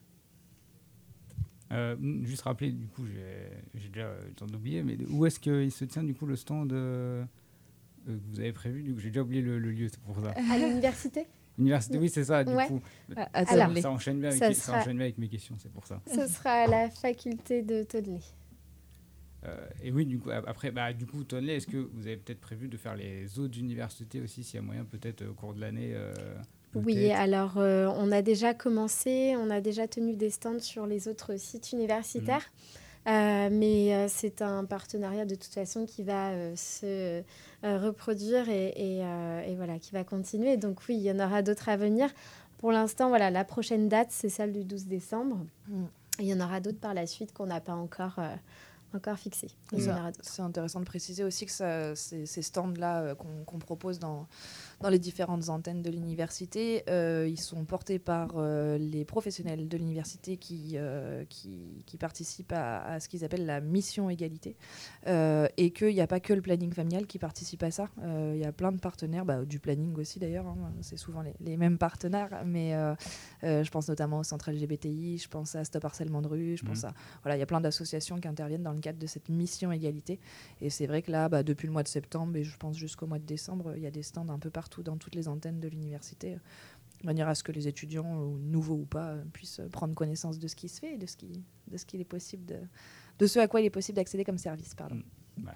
Euh, juste rappeler, du coup, j'ai, j'ai déjà eu le temps d'oublier, mais où est-ce qu'il se tient, du coup, le stand euh, que vous avez prévu du coup, j'ai déjà oublié le, le lieu, c'est pour ça. À l'université ? Université, oui, c'est ça, du Ouais. coup. À, à Alors, ça, enchaîne bien avec, ça ça sera... enchaîne bien avec mes questions, c'est pour ça. Ce sera à la faculté de Todelay. Euh, et oui, du coup, après, bah, du coup, Todelay, est-ce que vous avez peut-être prévu de faire les autres universités aussi, s'il y a moyen, peut-être au cours de l'année euh, Oui, alors euh, on a déjà commencé, on a déjà tenu des stands sur les autres sites universitaires. Mmh. Euh, mais euh, c'est un partenariat de toute façon qui va euh, se euh, reproduire et, et, euh, et voilà, qui va continuer. Donc oui, il y en aura d'autres à venir. Pour l'instant, voilà, la prochaine date, c'est celle du douze décembre. Mm. Et il y en aura d'autres par la suite qu'on n'a pas encore, euh, encore fixées. Il y en aura d'autres. C'est intéressant de préciser aussi que ça, ces, ces stands-là euh, qu'on, qu'on propose dans... dans les différentes antennes de l'université, euh, ils sont portés par euh, les professionnels de l'université qui, euh, qui, qui participent à, à ce qu'ils appellent la mission égalité. Euh, et qu'il n'y a pas que le planning familial qui participe à ça. Il euh, y a plein de partenaires, bah, du planning aussi d'ailleurs, hein, c'est souvent les, les mêmes partenaires, mais euh, euh, je pense notamment au centre L G B T I, je pense à Stop Harcèlement de rue, je mmh. pense à... Voilà, il y a plein d'associations qui interviennent dans le cadre de cette mission égalité. Et c'est vrai que là, bah, depuis le mois de septembre, et je pense jusqu'au mois de décembre, il y a des stands un peu partout dans toutes les antennes de l'université, de manière à ce que les étudiants, nouveaux ou pas, puissent prendre connaissance de ce qui se fait et de ce, qui, de ce qu'il est possible de, de ce à quoi il est possible d'accéder comme service. Pardon. Mmh. Bah,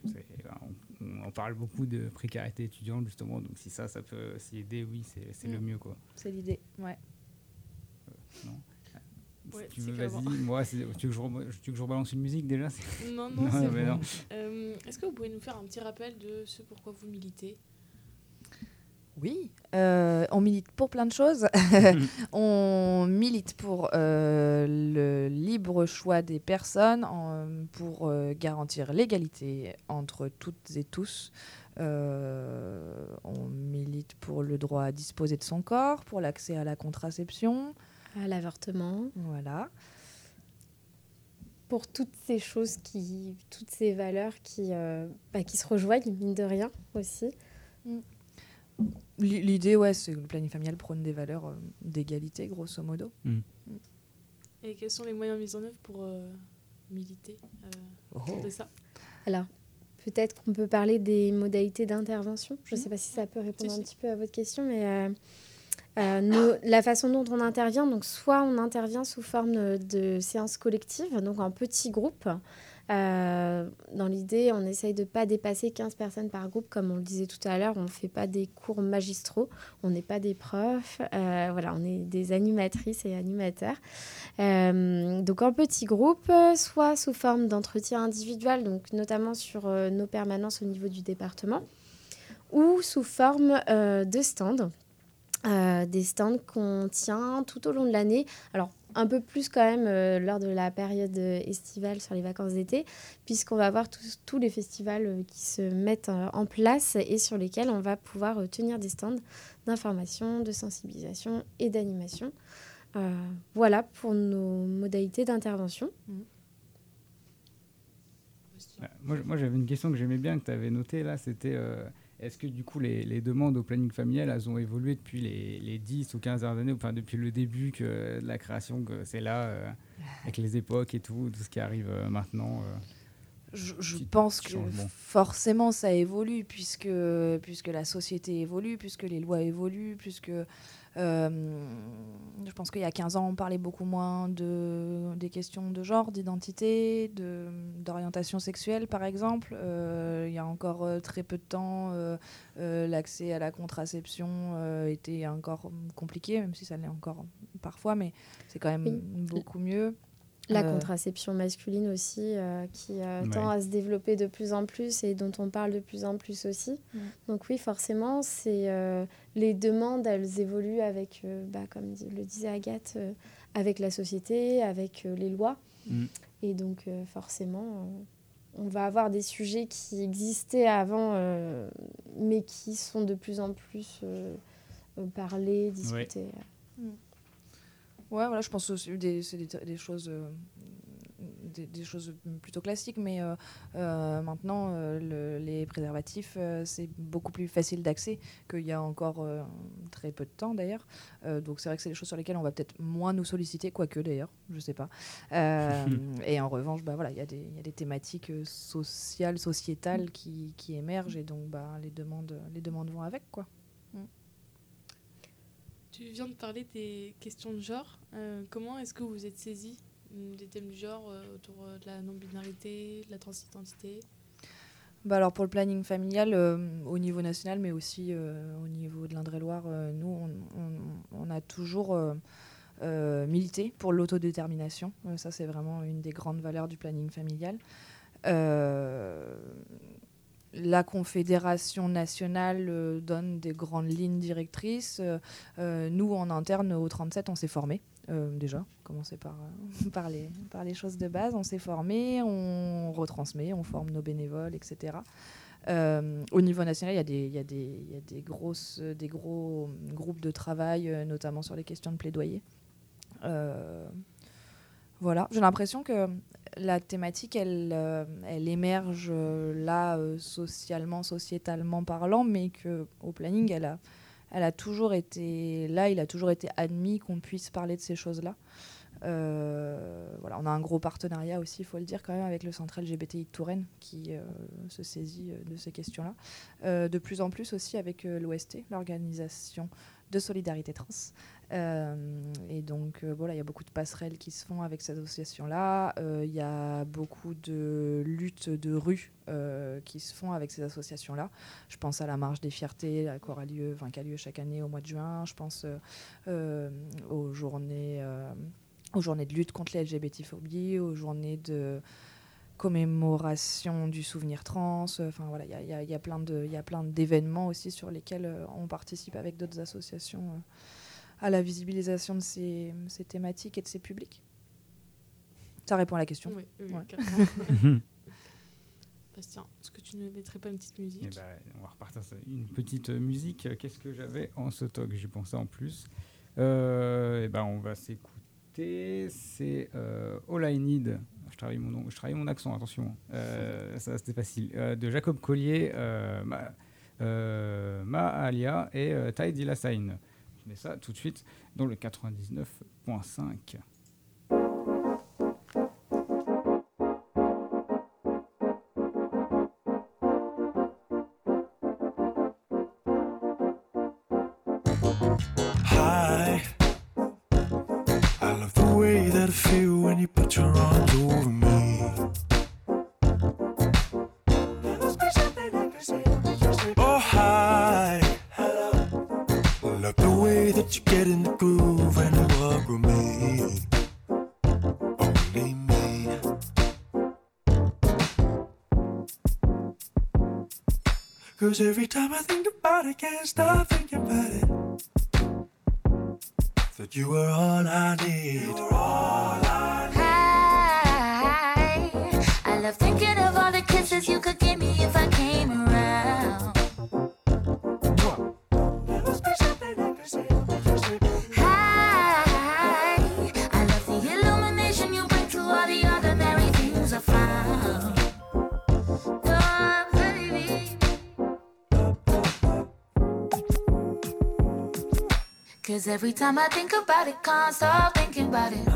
on, on parle beaucoup de précarité étudiante justement, donc si ça, ça peut s'y aider, oui, c'est, c'est mmh. le mieux, quoi. C'est l'idée, ouais. Euh, non. Ouais, si tu veux, vas-y. Moi, c'est, tu, veux que je, tu veux que je rebalance une musique déjà c'est... Non, non, non c'est bon. Non. Euh, est-ce que vous pouvez nous faire un petit rappel de ce pourquoi vous militez ? Oui, euh, on milite pour plein de choses. On milite pour euh, le libre choix des personnes, en, pour euh, garantir l'égalité entre toutes et tous. Euh, on milite pour le droit à disposer de son corps, pour l'accès à la contraception. À l'avortement. Voilà. Pour toutes ces choses, qui, toutes ces valeurs qui, euh, bah, qui se rejoignent, mine de rien, aussi. Mm. L'idée, ouais, c'est que le planning familial prône des valeurs euh, d'égalité, grosso modo. Mm. Et quels sont les moyens mis en œuvre pour euh, militer euh, oh. de ça ? Alors, peut-être qu'on peut parler des modalités d'intervention. Je ne mmh. sais pas si ça peut répondre si, un si. petit peu à votre question, mais euh, euh, nos, la façon dont on intervient, donc soit on intervient sous forme de séances collectives, donc en petits groupes. Euh, dans l'idée, on essaye de ne pas dépasser quinze personnes par groupe, comme on le disait tout à l'heure. On ne fait pas des cours magistraux, on n'est pas des profs, euh, voilà, on est des animatrices et animateurs. Euh, donc en petits groupes, soit sous forme d'entretien individuel, donc notamment sur euh, nos permanences au niveau du département, ou sous forme euh, de stands. Euh, des stands qu'on tient tout au long de l'année. Alors, un peu plus quand même euh, lors de la période estivale sur les vacances d'été, puisqu'on va avoir tous, tous les festivals euh, qui se mettent euh, en place et sur lesquels on va pouvoir euh, tenir des stands d'information, de sensibilisation et d'animation. Euh, voilà pour nos modalités d'intervention. Ah, Moi, moi, j'avais une question que j'aimais bien, que tu avais notée là, c'était euh, est-ce que du coup les, les demandes au planning familial, elles ont évolué depuis les, les dix ou quinze dernières années, enfin depuis le début que, de la création, que c'est là, euh, avec les époques et tout, tout ce qui arrive euh, maintenant euh, Je, je petit- pense petit que changement. forcément ça évolue puisque, puisque la société évolue, puisque les lois évoluent, puisque euh, je pense qu'il y a quinze ans on parlait beaucoup moins de, des questions de genre, d'identité, de, d'orientation sexuelle par exemple. Euh, il y a encore euh, très peu de temps euh, euh, l'accès à la contraception euh, était encore compliqué, même si ça l'est encore parfois, mais c'est quand même Oui. beaucoup mieux. La Euh, contraception masculine aussi, euh, qui euh, Ouais. tend à se développer de plus en plus et dont on parle de plus en plus aussi. Mm. Donc oui, forcément, c'est, euh, les demandes, elles évoluent avec, euh, bah, comme dit- le disait Agathe, euh, avec la société, avec euh, les lois. Mm. Et donc euh, forcément, euh, on va avoir des sujets qui existaient avant, euh, mais qui sont de plus en plus euh, euh, parlés, discutés. Ouais, voilà, je pense que c'est des, c'est des, des choses, euh, des, des choses plutôt classiques, mais euh, euh, maintenant, euh, le- les préservatifs, euh, c'est beaucoup plus facile d'accès qu'il y a encore euh, très peu de temps d'ailleurs. Euh, donc c'est vrai que c'est des choses sur lesquelles on va peut-être moins nous solliciter, quoique d'ailleurs, je sais pas. Euh, et en revanche, bah, voilà, il y, a des- il y a des thématiques euh, sociales, sociétales qui, qui émergent, et donc bah, les, demandes, les demandes vont avec, quoi. Tu viens de parler des questions de genre. Euh, comment est-ce que vous êtes saisi des thèmes du genre euh, autour euh, de la non-binarité, de la transidentité? Bah alors pour le planning familial, euh, au niveau national, mais aussi euh, au niveau de l'Indre-et-Loire, euh, nous, on, on- on a toujours euh, euh, milité pour l'autodétermination. Euh, ça, c'est vraiment une des grandes valeurs du planning familial. Euh, la Confédération nationale euh, donne des grandes lignes directrices. Euh, euh, nous, en interne, au trente-sept, on s'est formés. Euh, déjà, commencer par, euh, par, les, par les choses de base. On s'est formés, on retransmet, on forme nos bénévoles, et cetera. Euh, au niveau national, il y a des, il y a des, il y a des, grosses, des gros groupes de travail, euh, notamment sur les questions de plaidoyer. Euh, voilà, j'ai l'impression que la thématique, elle, euh, elle émerge euh, là, euh, socialement, sociétalement parlant, mais qu'au planning, elle a, elle a toujours été là, il a toujours été admis qu'on puisse parler de ces choses-là. Euh, voilà, on a un gros partenariat aussi, il faut le dire quand même, avec le centre L G B T I de Touraine qui euh, se saisit euh, de ces questions-là. Euh, de plus en plus aussi avec euh, l'O S T, l'organisation de solidarité trans. Euh, et donc, euh, voilà, il y a beaucoup de passerelles qui se font avec cette association-là. Euh, Il y a beaucoup de luttes de rue euh, qui se font avec ces associations-là. Je pense à la Marche des Fiertés, la qui aura lieu, enfin, qui a lieu chaque année au mois de juin. Je pense euh, euh, aux journées... Euh, aux journées de lutte contre les L G B T-phobie, aux journées de commémoration du souvenir trans. Enfin voilà, il y a, y a, y a plein de, y a plein d'événements aussi sur lesquels euh, on participe avec d'autres associations euh, à la visibilisation de ces, ces thématiques et de ces publics. Ça répond à la question. Oui, oui, Ouais. carrément. Bastien, est-ce que tu ne mettrais pas une petite musique? Eh ben, on va repartir sur une petite musique. Qu'est-ce que j'avais en stock? J'y pensais en plus. Euh, et ben, on va s'écouter. C'est euh, All I Need. Je travaille mon, nom, je travaille mon accent, attention. Euh, ça, c'était facile. Euh, de Jacob Collier, euh, Ma, euh, Ma Alia et euh, Ty Dilla Sign. Je mets ça tout de suite dans le quatre-vingt-dix-neuf point cinq. Hi, I love the way that I feel when you put your arms over me. Oh hi, love the way that you get in the groove and you walk with me. Only me. Cause every time I think about it, can't stop thinking about it. That you were all I need. You were all I need. Hi, I love thinking of all the kisses you could give me if I came around. Hi, Cause every time I think about it, can't stop thinking about it.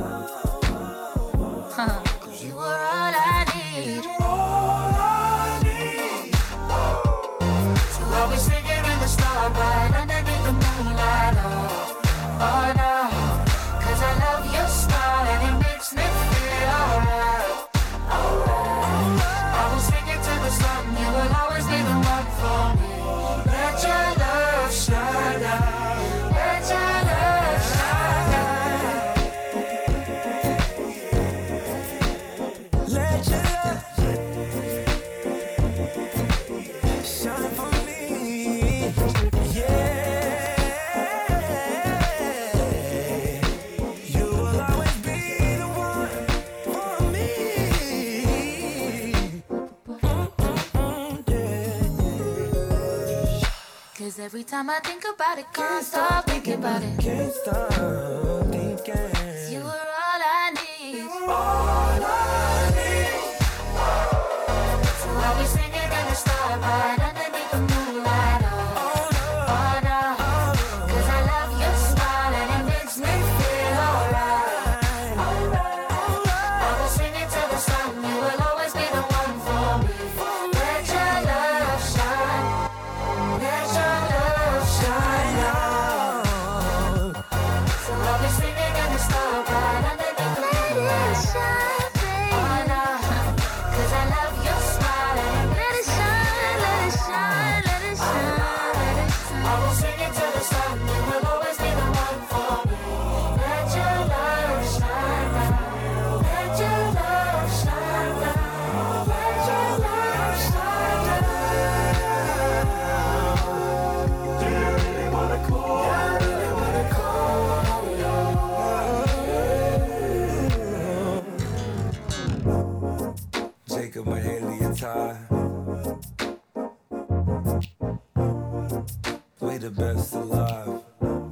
Huh. Cause you were all I need. All I need. So I was singing in the starlight underneath the moonlight. Oh, oh no. Cause I love your smile and it makes me feel alright. Alright. I was singing to the sun, you will always be the one for me. Let your love shine out. Let your love shine out. Let your love shine for me. Yeah. You will always be the one for me. Cause every time I think about it, can't stop thinking about it. Can't stop thinking. You were all I need. All I need. So I was singing in the starlight underneath the moonlight. Oh, oh no. Cause I love your smile and it makes me feel alright. I was singing to the sun, you will always be the one for me. Let your love shine. Let your love shine out. So I was singing in the starlight underneath the moonlight. Oh no. Cause I love your smile and let it shine, let it shine, let it shine, let it shine. I will sing it to the sun, you will always be the one for me. Let your love shine down, let your love shine down, let your love shine down. Do you really wanna call? I really wanna call you. Jacob Mahaley and Ty. We the best alive.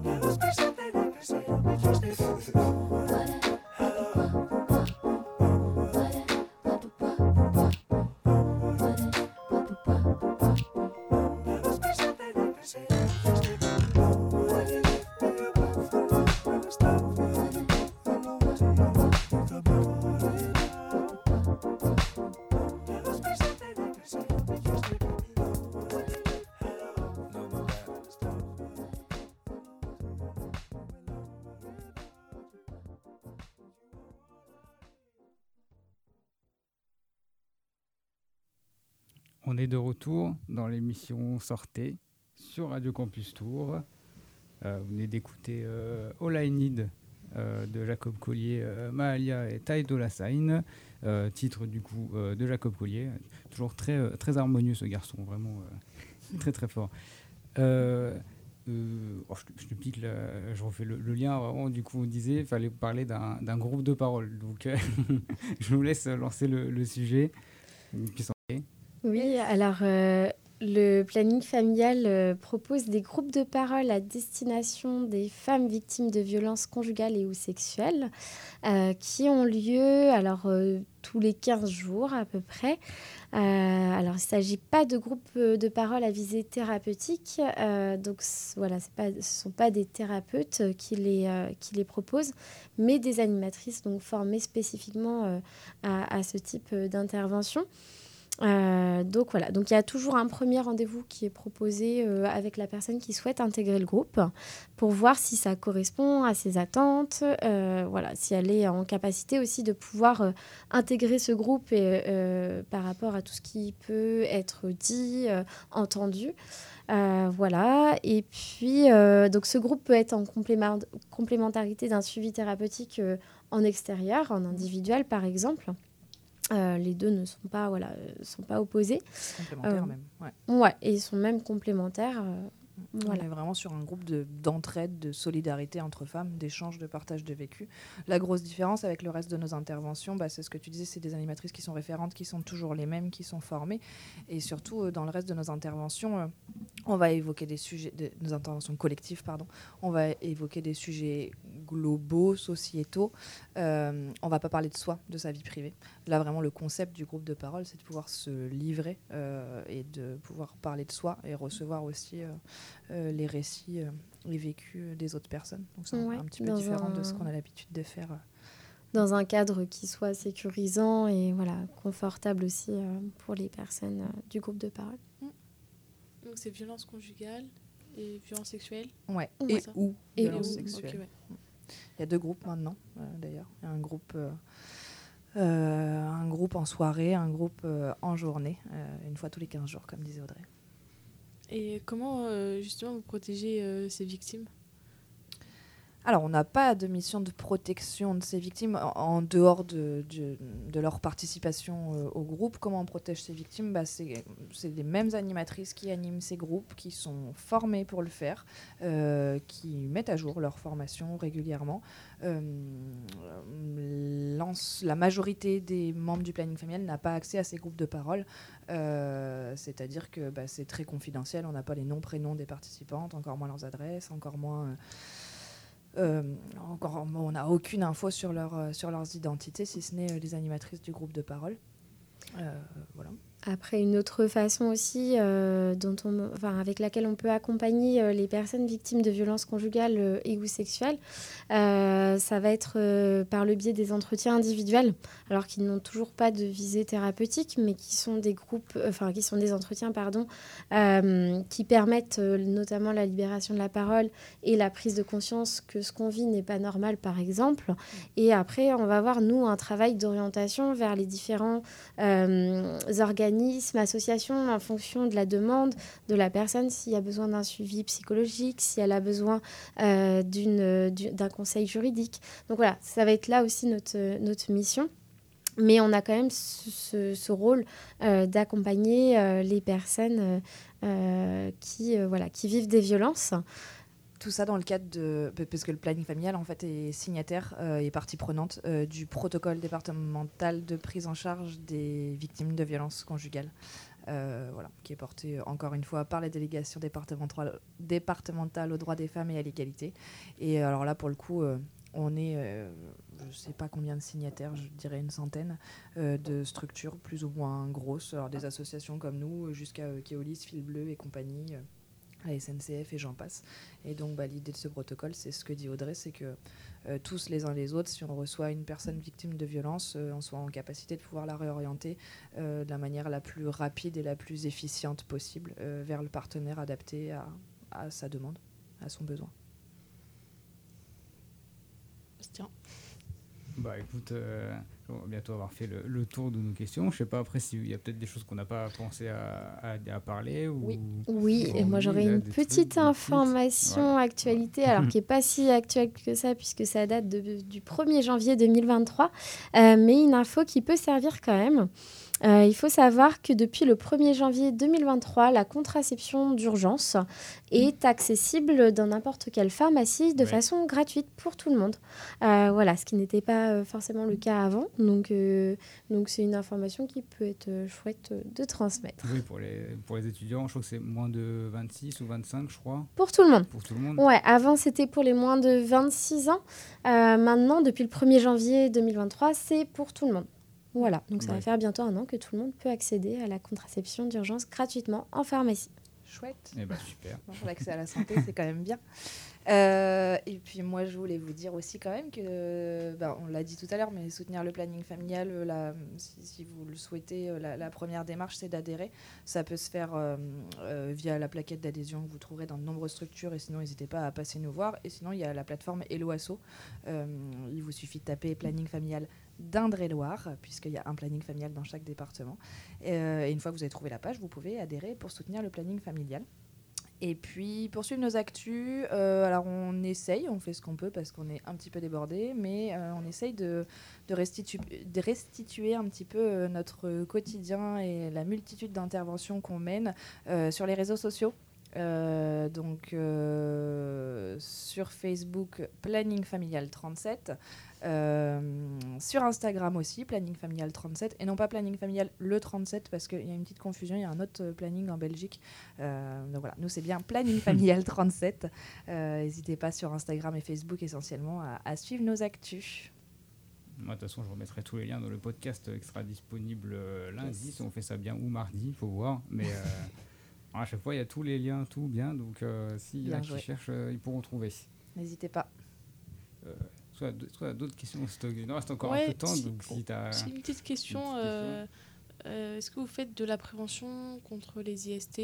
On est de retour dans l'émission Sortez sur Radio Campus Tours. Euh, vous venez d'écouter euh, All I Need euh, de Jacob Collier, euh, Mahalia et Ty Dolla Sign, euh, titre du coup euh, de Jacob Collier. Toujours très, euh, très harmonieux ce garçon, vraiment euh, très très fort. Euh, euh, oh, je, je te pique, là, je refais le, le lien. Vraiment, du coup, on disait qu'il fallait parler d'un, d'un groupe de paroles. Donc, euh, je vous laisse lancer le, le sujet. Oui, alors euh, le planning familial euh, propose des groupes de parole à destination des femmes victimes de violences conjugales et ou sexuelles euh, qui ont lieu alors, euh, tous les quinze jours à peu près. Euh, alors, il ne s'agit pas de groupes de parole à visée thérapeutique. Euh, donc, voilà, c'est pas, ce ne sont pas des thérapeutes qui les, euh, qui les proposent, mais des animatrices donc, formées spécifiquement euh, à, à ce type d'intervention. Euh, donc voilà, donc il y a toujours un premier rendez-vous qui est proposé euh, avec la personne qui souhaite intégrer le groupe pour voir si ça correspond à ses attentes, euh, voilà, si elle est en capacité aussi de pouvoir euh, intégrer ce groupe et, euh, par rapport à tout ce qui peut être dit, euh, entendu. Euh, voilà, et puis euh, donc ce groupe peut être en complément- complémentarité d'un suivi thérapeutique euh, en extérieur, en individuel par exemple. Euh, les deux ne sont pas, voilà, sont pas opposés. Complémentaires euh, même. Ouais. ouais, et ils sont même complémentaires. Euh, On voilà. est vraiment sur un groupe de, d'entraide, de solidarité entre femmes, d'échange, de partage de vécu. La grosse différence avec le reste de nos interventions, bah, c'est ce que tu disais, c'est des animatrices qui sont référentes, qui sont toujours les mêmes, qui sont formées. Et surtout, euh, dans le reste de nos interventions, euh, on va évoquer des sujets, de, nos interventions collectives, pardon, on va évoquer des sujets globaux, sociétaux. Euh, on ne va pas parler de soi, de sa vie privée. Là, vraiment, le concept du groupe de parole, c'est de pouvoir se livrer euh, et de pouvoir parler de soi et recevoir aussi euh, euh, les récits, euh, les vécus des autres personnes. Donc, c'est Ouais, un, un petit peu dans différent un- de ce qu'on a l'habitude de faire. euh. Dans un cadre qui soit sécurisant et voilà, confortable aussi euh, pour les personnes euh, du groupe de parole. Donc c'est violence conjugale et violence sexuelle. Ouais. Ouais, Et ça. ou Et violence ou, sexuelle. ok, ouais. Il y a deux groupes maintenant, euh, d'ailleurs. Il y a un groupe, euh, euh, un groupe en soirée, un groupe euh, en journée, euh, une fois tous les quinze jours, comme disait Audrey. Et comment euh, justement vous protégez euh, ces victimes? Alors, on n'a pas de mission de protection de ces victimes en, en dehors de, de, de leur participation euh, au groupe. Comment on protège ces victimes? Bah, c'est, c'est les mêmes animatrices qui animent ces groupes, qui sont formées pour le faire, euh, qui mettent à jour leur formation régulièrement. Euh, la majorité des membres du planning familial n'a pas accès à ces groupes de parole. Euh, c'est-à-dire que bah, c'est très confidentiel. On n'a pas les noms, prénoms des participantes, encore moins leurs adresses, encore moins... Euh, Euh, encore, on n'a aucune info sur, leur, euh, sur leurs identités, si ce n'est euh, les animatrices du groupe de parole. Euh, voilà. Après, une autre façon aussi euh, dont on, enfin, avec laquelle on peut accompagner euh, les personnes victimes de violences conjugales euh, et ou sexuelles, euh, ça va être euh, par le biais des entretiens individuels, alors qu'ils n'ont toujours pas de visée thérapeutique, mais qui sont des groupes, euh, enfin qui sont des entretiens, pardon, euh, qui permettent euh, notamment la libération de la parole et la prise de conscience que ce qu'on vit n'est pas normal, par exemple. Et après, on va avoir nous un travail d'orientation vers les différents euh, organismes, associations, en fonction de la demande de la personne, s'il y a besoin d'un suivi psychologique, si elle a besoin euh, d'une, d'un conseil juridique. Donc voilà, ça va être là aussi notre, notre mission. Mais on a quand même ce, ce, ce rôle euh, d'accompagner euh, les personnes euh, qui, euh, voilà, qui vivent des violences. Tout ça dans le cadre de... Parce que le planning familial, en fait, est signataire euh, et partie prenante euh, du protocole départemental de prise en charge des victimes de violences conjugales. Euh, voilà, qui est porté, encore une fois, par la délégation départementale, départementale aux droits des femmes et à l'égalité. Et alors là, pour le coup, euh, on est... Euh, je ne sais pas combien de signataires, je dirais une centaine euh, de structures plus ou moins grosses. Alors des associations comme nous, jusqu'à euh, Keolis, Fil Bleu et compagnie... Euh, la S N C F et j'en passe. Et donc bah, l'idée de ce protocole, c'est ce que dit Audrey, c'est que euh, tous les uns les autres, si on reçoit une personne victime de violence, euh, on soit en capacité de pouvoir la réorienter euh, de la manière la plus rapide et la plus efficiente possible euh, vers le partenaire adapté à, à sa demande, à son besoin. Tiens. Bah écoute, euh, on va bientôt avoir fait le, le tour de nos questions. Je sais pas après s'il y a peut-être des choses qu'on n'a pas pensé à, à, à parler. Ou... Oui, oui et moi oui, j'aurais là, une des petite trucs, des information voilà. actualité, alors qui n'est pas si actuelle que ça puisque ça date de, du premier janvier deux mille vingt-trois, euh, mais une info qui peut servir quand même. Euh, il faut savoir que depuis le premier janvier deux mille vingt-trois, la contraception d'urgence est accessible dans n'importe quelle pharmacie de Ouais. façon gratuite pour tout le monde. Euh, voilà, ce qui n'était pas euh, forcément le cas avant. Donc, euh, donc c'est une information qui peut être euh, chouette euh, de transmettre. Oui, pour les, pour les étudiants, je crois que c'est moins de vingt-six ou vingt-cinq, je crois. Pour tout le monde. Pour tout le monde. Ouais, avant c'était pour les moins de vingt-six ans. Euh, maintenant, depuis le premier janvier deux mille vingt-trois, c'est pour tout le monde. Voilà, donc ça Ouais. va faire bientôt un an que tout le monde peut accéder à la contraception d'urgence gratuitement en pharmacie. Chouette. Eh ben super. Bon, l'accès à la santé, c'est quand même bien. Euh, et puis moi, je voulais vous dire aussi quand même que, ben, on l'a dit tout à l'heure, mais soutenir le planning familial, euh, la, si, si vous le souhaitez, euh, la, la première démarche, c'est d'adhérer. Ça peut se faire euh, euh, via la plaquette d'adhésion que vous trouverez dans de nombreuses structures. Et sinon, n'hésitez pas à passer nous voir. Et sinon, il y a la plateforme Hello Asso. Euh, il vous suffit de taper planning familial d'Indre-et-Loire, puisqu'il y a un planning familial dans chaque département. Et, euh, et une fois que vous avez trouvé la page, vous pouvez adhérer pour soutenir le planning familial. Et puis, pour suivre nos actus, euh, alors on essaye, on fait ce qu'on peut parce qu'on est un petit peu débordé, mais euh, on essaye de, de, restitu- de restituer un petit peu euh, notre quotidien et la multitude d'interventions qu'on mène euh, sur les réseaux sociaux. Euh, donc euh, sur Facebook, Planning Familial trente-sept. Euh, sur Instagram aussi, Planning Familial trente-sept. Et non pas Planning Familial le trente-sept, parce qu'il y a une petite confusion. Il y a un autre planning en Belgique. Euh, donc voilà, nous c'est bien Planning Familial trente-sept. Euh, n'hésitez pas sur Instagram et Facebook essentiellement à, à suivre nos actus. Moi, de toute façon, je remettrai tous les liens dans le podcast qui sera disponible euh, lundi, yes. Si on fait ça bien, ou mardi, il faut voir. Mais euh, à chaque fois, il y a tous les liens, tout bien. Donc, euh, s'il y en a qui cherchent, euh, ils pourront trouver. N'hésitez pas. Euh, soit, soit d'autres questions. Il nous reste encore ouais, un peu de temps. Si, Donc si t'as c'est une petite question. Une petite euh, euh, est-ce que vous faites de la prévention contre les I S T ?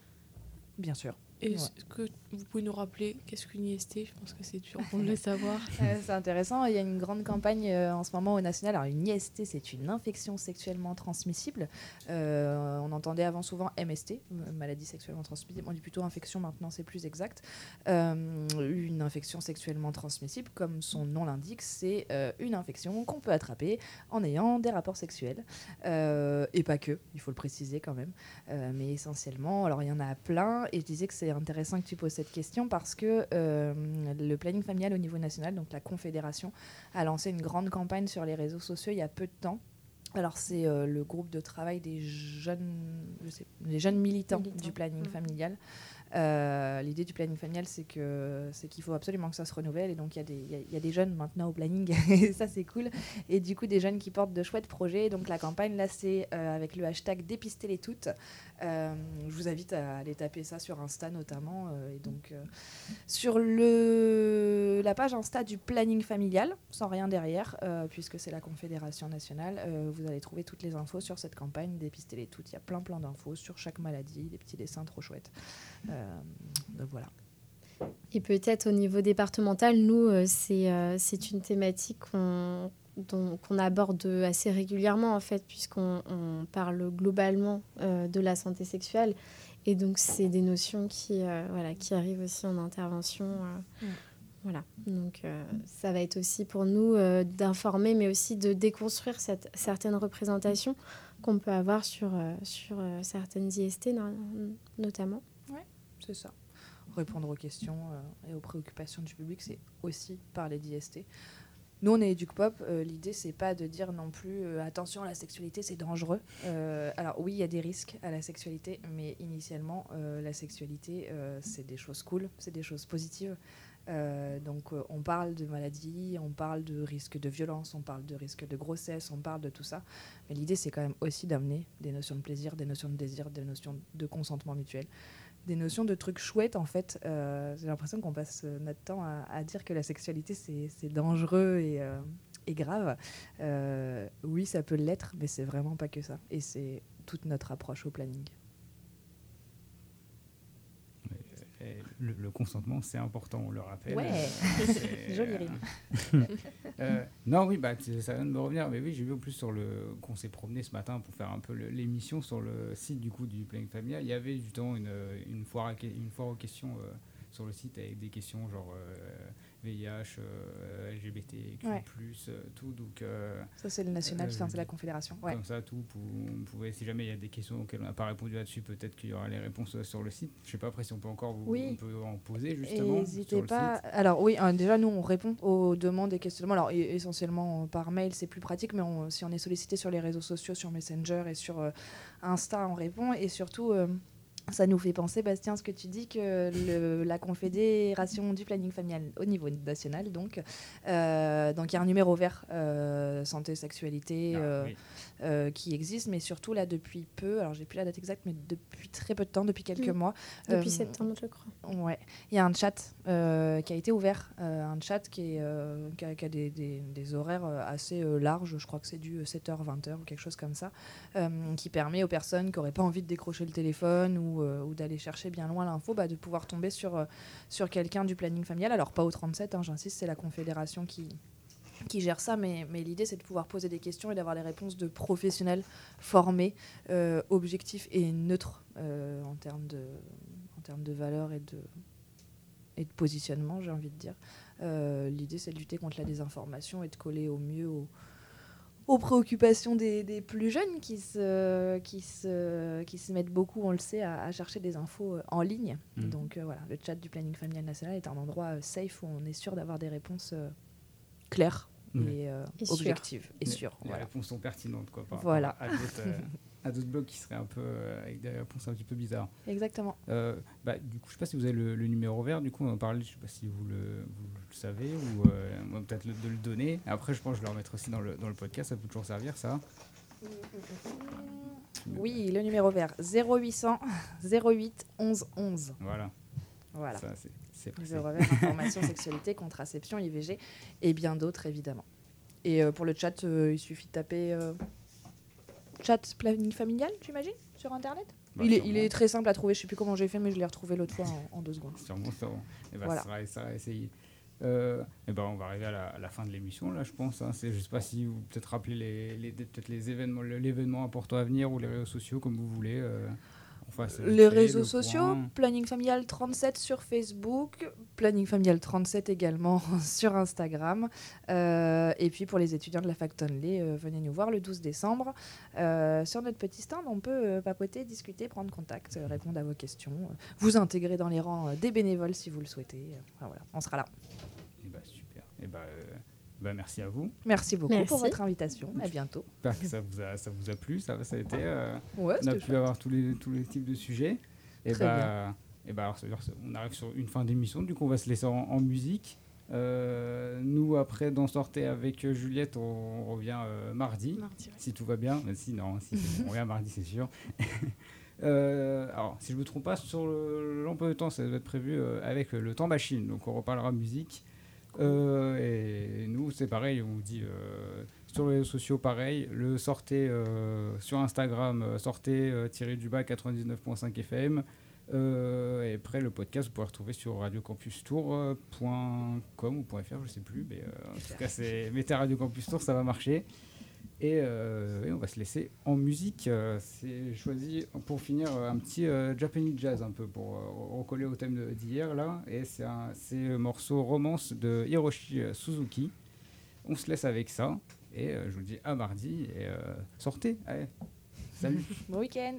Bien sûr. Est-ce ouais. que vous pouvez nous rappeler qu'est-ce qu'une I S T ? Je pense que c'est dur pour le savoir. euh, c'est intéressant. Il y a une grande campagne euh, en ce moment au national. Alors, une I S T, c'est une infection sexuellement transmissible. Euh, on entendait avant souvent M S T, maladie sexuellement transmissible. On dit plutôt infection maintenant, c'est plus exact. Euh, une infection sexuellement transmissible, comme son nom l'indique, c'est euh, une infection qu'on peut attraper en ayant des rapports sexuels. Euh, et pas que, il faut le préciser quand même. Euh, mais essentiellement, alors il y en a plein. Et je disais que c'est intéressant que tu poses cette question parce que euh, le planning familial au niveau national, donc la Confédération, a lancé une grande campagne sur les réseaux sociaux il y a peu de temps. Alors c'est euh, le groupe de travail des jeunes, je sais, des jeunes militants, militants. du planning mmh. familial. Euh, l'idée du planning familial, c'est que c'est qu'il faut absolument que ça se renouvelle, et donc il y a des il y, y a des jeunes maintenant au planning, et ça c'est cool, et du coup des jeunes qui portent de chouettes projets. Donc la campagne là, c'est euh, avec le hashtag dépister les toutes. Euh, je vous invite à aller taper ça sur Insta notamment, euh, et donc euh, sur le la page Insta du planning familial, sans rien derrière, euh, puisque c'est la Confédération nationale. Euh, vous allez trouver toutes les infos sur cette campagne dépister les toutes. Il y a plein plein d'infos sur chaque maladie, des petits dessins trop chouettes. Euh, donc voilà. Et peut-être au niveau départemental, nous, euh, c'est, euh, c'est une thématique qu'on, dont, qu'on aborde assez régulièrement, en fait, puisqu'on on parle globalement euh, de la santé sexuelle. Et donc, c'est des notions qui, euh, voilà, qui arrivent aussi en intervention. Euh, mmh. Voilà. Donc, euh, ça va être aussi pour nous euh, d'informer, mais aussi de déconstruire cette, certaines représentations qu'on peut avoir sur, euh, sur euh, certaines I S T, no- notamment. Ouais, c'est ça. Répondre aux questions euh, et aux préoccupations du public, c'est aussi parler d'I S T. Nous, on est EducPop. Euh, l'idée, c'est pas de dire non plus euh, attention, la sexualité, c'est dangereux. Euh, alors oui, il y a des risques à la sexualité, mais initialement, euh, la sexualité, euh, c'est des choses cool, c'est des choses positives. Euh, donc, euh, on parle de maladies, on parle de risques de violence, on parle de risques de grossesse, on parle de tout ça. Mais l'idée, c'est quand même aussi d'amener des notions de plaisir, des notions de désir, des notions de consentement mutuel, des notions de trucs chouettes, en fait. Euh, j'ai l'impression qu'on passe notre temps à, à dire que la sexualité, c'est, c'est dangereux et, euh, et grave. Euh, oui, ça peut l'être, mais c'est vraiment pas que ça. Et c'est toute notre approche au planning. Le, le consentement, c'est important, on le rappelle. Ouais, c'est, joli euh, rime. euh, non, oui, bah, ça vient de me revenir. Mais oui, j'ai vu en plus sur le, qu'on s'est promené ce matin pour faire un peu le, l'émission sur le site du coup du planning familial. Il y avait justement une, une, foire, à, une foire aux questions euh, sur le site avec des questions genre euh, V I H, euh, L G B T Q plus, ouais. euh, tout. Donc, euh, ça, c'est le national, euh, c'est la Confédération. Ouais. Comme ça, tout. Pour, on pouvait, si jamais il y a des questions auxquelles on n'a pas répondu là-dessus, peut-être qu'il y aura les réponses sur le site. Je ne sais pas après si on peut encore vous, oui. on peut en poser justement. N'hésitez sur pas. Le site. Alors oui, hein, déjà nous on répond aux demandes et questionnements. Alors et, essentiellement euh, par mail, c'est plus pratique, mais on, si on est sollicité sur les réseaux sociaux, sur Messenger et sur euh, Insta, on répond. Et surtout. Euh, Ça nous fait penser, Bastien, ce que tu dis, que le, la Confédération du planning familial au niveau national, donc, euh, donc il y a un numéro vert euh, santé, sexualité ah, euh, oui. euh, qui existe, mais surtout là depuis peu, alors j'ai plus la date exacte, mais depuis très peu de temps, depuis quelques mmh. mois. Depuis euh, septembre, je crois. Ouais, il y a un chat euh, qui a été ouvert, euh, un chat qui, est, euh, qui a, qui a des, des, des horaires assez euh, larges, je crois que c'est du sept heures, vingt heures ou quelque chose comme ça, euh, qui permet aux personnes qui n'auraient pas envie de décrocher le téléphone ou Euh, ou d'aller chercher bien loin l'info, bah, de pouvoir tomber sur, euh, sur quelqu'un du planning familial. Alors pas au trente-sept, hein, j'insiste, c'est la Confédération qui, qui gère ça, mais, mais l'idée c'est de pouvoir poser des questions et d'avoir les réponses de professionnels formés, euh, objectifs et neutres euh, en termes de, en termes de valeur et de, et de positionnement, j'ai envie de dire. Euh, l'idée c'est de lutter contre la désinformation et de coller au mieux aux aux préoccupations des, des plus jeunes qui se, qui, se, qui se mettent beaucoup, on le sait, à, à chercher des infos euh, en ligne. Mmh. Donc euh, voilà, le chat du planning familial national est un endroit euh, safe où on est sûr d'avoir des réponses euh, claires Mmh. et, euh, Et sûres. objectives et Les- sûres. Les Voilà. réponses sont pertinentes, quoi. Par Voilà. rapport à d'autres, euh, à d'autres blogs qui seraient un peu euh, avec des réponses un petit peu bizarres. Exactement. Euh, bah, du coup, je sais pas si vous avez le, le numéro vert. Du coup, on va en parler. Je sais pas si vous le, vous le savez ou euh, moi, peut-être le- de le donner. Après, je pense que je vais le remettre aussi dans le, dans le podcast. Ça peut toujours servir, ça. Oui, le numéro vert zéro huit cents zéro huit onze onze. Voilà. Voilà. Ça, c'est, c'est précis. Numéro vert, information, sexualité, contraception, I V G et bien d'autres évidemment. Et euh, pour le chat, euh, il suffit de taper euh, chat planning familial, j'imagine, sur internet. Bah, il, est, sûrement. il est très simple à trouver. Je sais plus comment j'ai fait, mais je l'ai retrouvé l'autre fois en, en deux secondes. Sûrement, sûrement. Et bah, Voilà. ça, va, ça va essayer. Euh, et ben, on va arriver à la, à la fin de l'émission, là, je pense. Hein. C'est, je sais pas si vous peut-être rappeler les, les, peut-être les événements, l'événement important à venir ou les réseaux sociaux, comme vous voulez. Euh, enfin, c'est Les vite fait, réseaux le sociaux, point. Planning Familial trente-sept sur Facebook, Planning Familial trente-sept également sur Instagram. Euh, et puis pour les étudiants de la Fac Tonley, euh, venez nous voir le douze décembre. Euh, sur notre petit stand, on peut euh, papoter, discuter, prendre contact, euh, répondre à vos questions, euh, vous intégrer dans les rangs euh, des bénévoles si vous le souhaitez. Euh, enfin, voilà, on sera là. Et bah, super. Et bah, euh, bah, merci à vous. Merci beaucoup Merci. pour votre invitation. À bientôt. J'espère que ça vous a, ça vous a plu. Ça, ça a été. Euh, Ouais, on a c'était pu chouette. avoir tous les, tous les types de sujets. Et Très bah, et bah, alors, ça veut dire que on arrive sur une fin d'émission. Du coup, on va se laisser en, en musique. Euh, nous, après, d'en sortir avec euh, Juliette, on, on revient euh, mardi, Mardi, ouais. si tout va bien. Mais si, non, si, c'est bon, on revient mardi, c'est sûr. Euh, alors, si je ne me trompe pas, sur le- l'emploi du temps, ça doit être prévu euh, avec le temps machine. Donc, on reparlera musique. Euh, et nous, c'est pareil, on vous dit euh, sur les réseaux sociaux, pareil. Le sortez euh, sur Instagram, euh, sortez euh, tiré du bas quatre-vingt-dix-neuf virgule cinq F M. Euh, et après, le podcast, vous pouvez retrouver sur radiocampustour point com ou .fr, je sais plus. Mais euh, en tout cas, c'est mettez Radio Campus Tour, ça va marcher. Et, euh, et on va se laisser en musique. Euh, c'est choisi pour finir un petit euh, Japanese jazz un peu pour euh, recoller au thème de- d'hier là. Et c'est, un, c'est le morceau Romance de Hiroshi Suzuki. On se laisse avec ça. Et euh, je vous dis à mardi. Et euh, sortez. Allez. Salut. Bon week-end.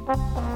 Thank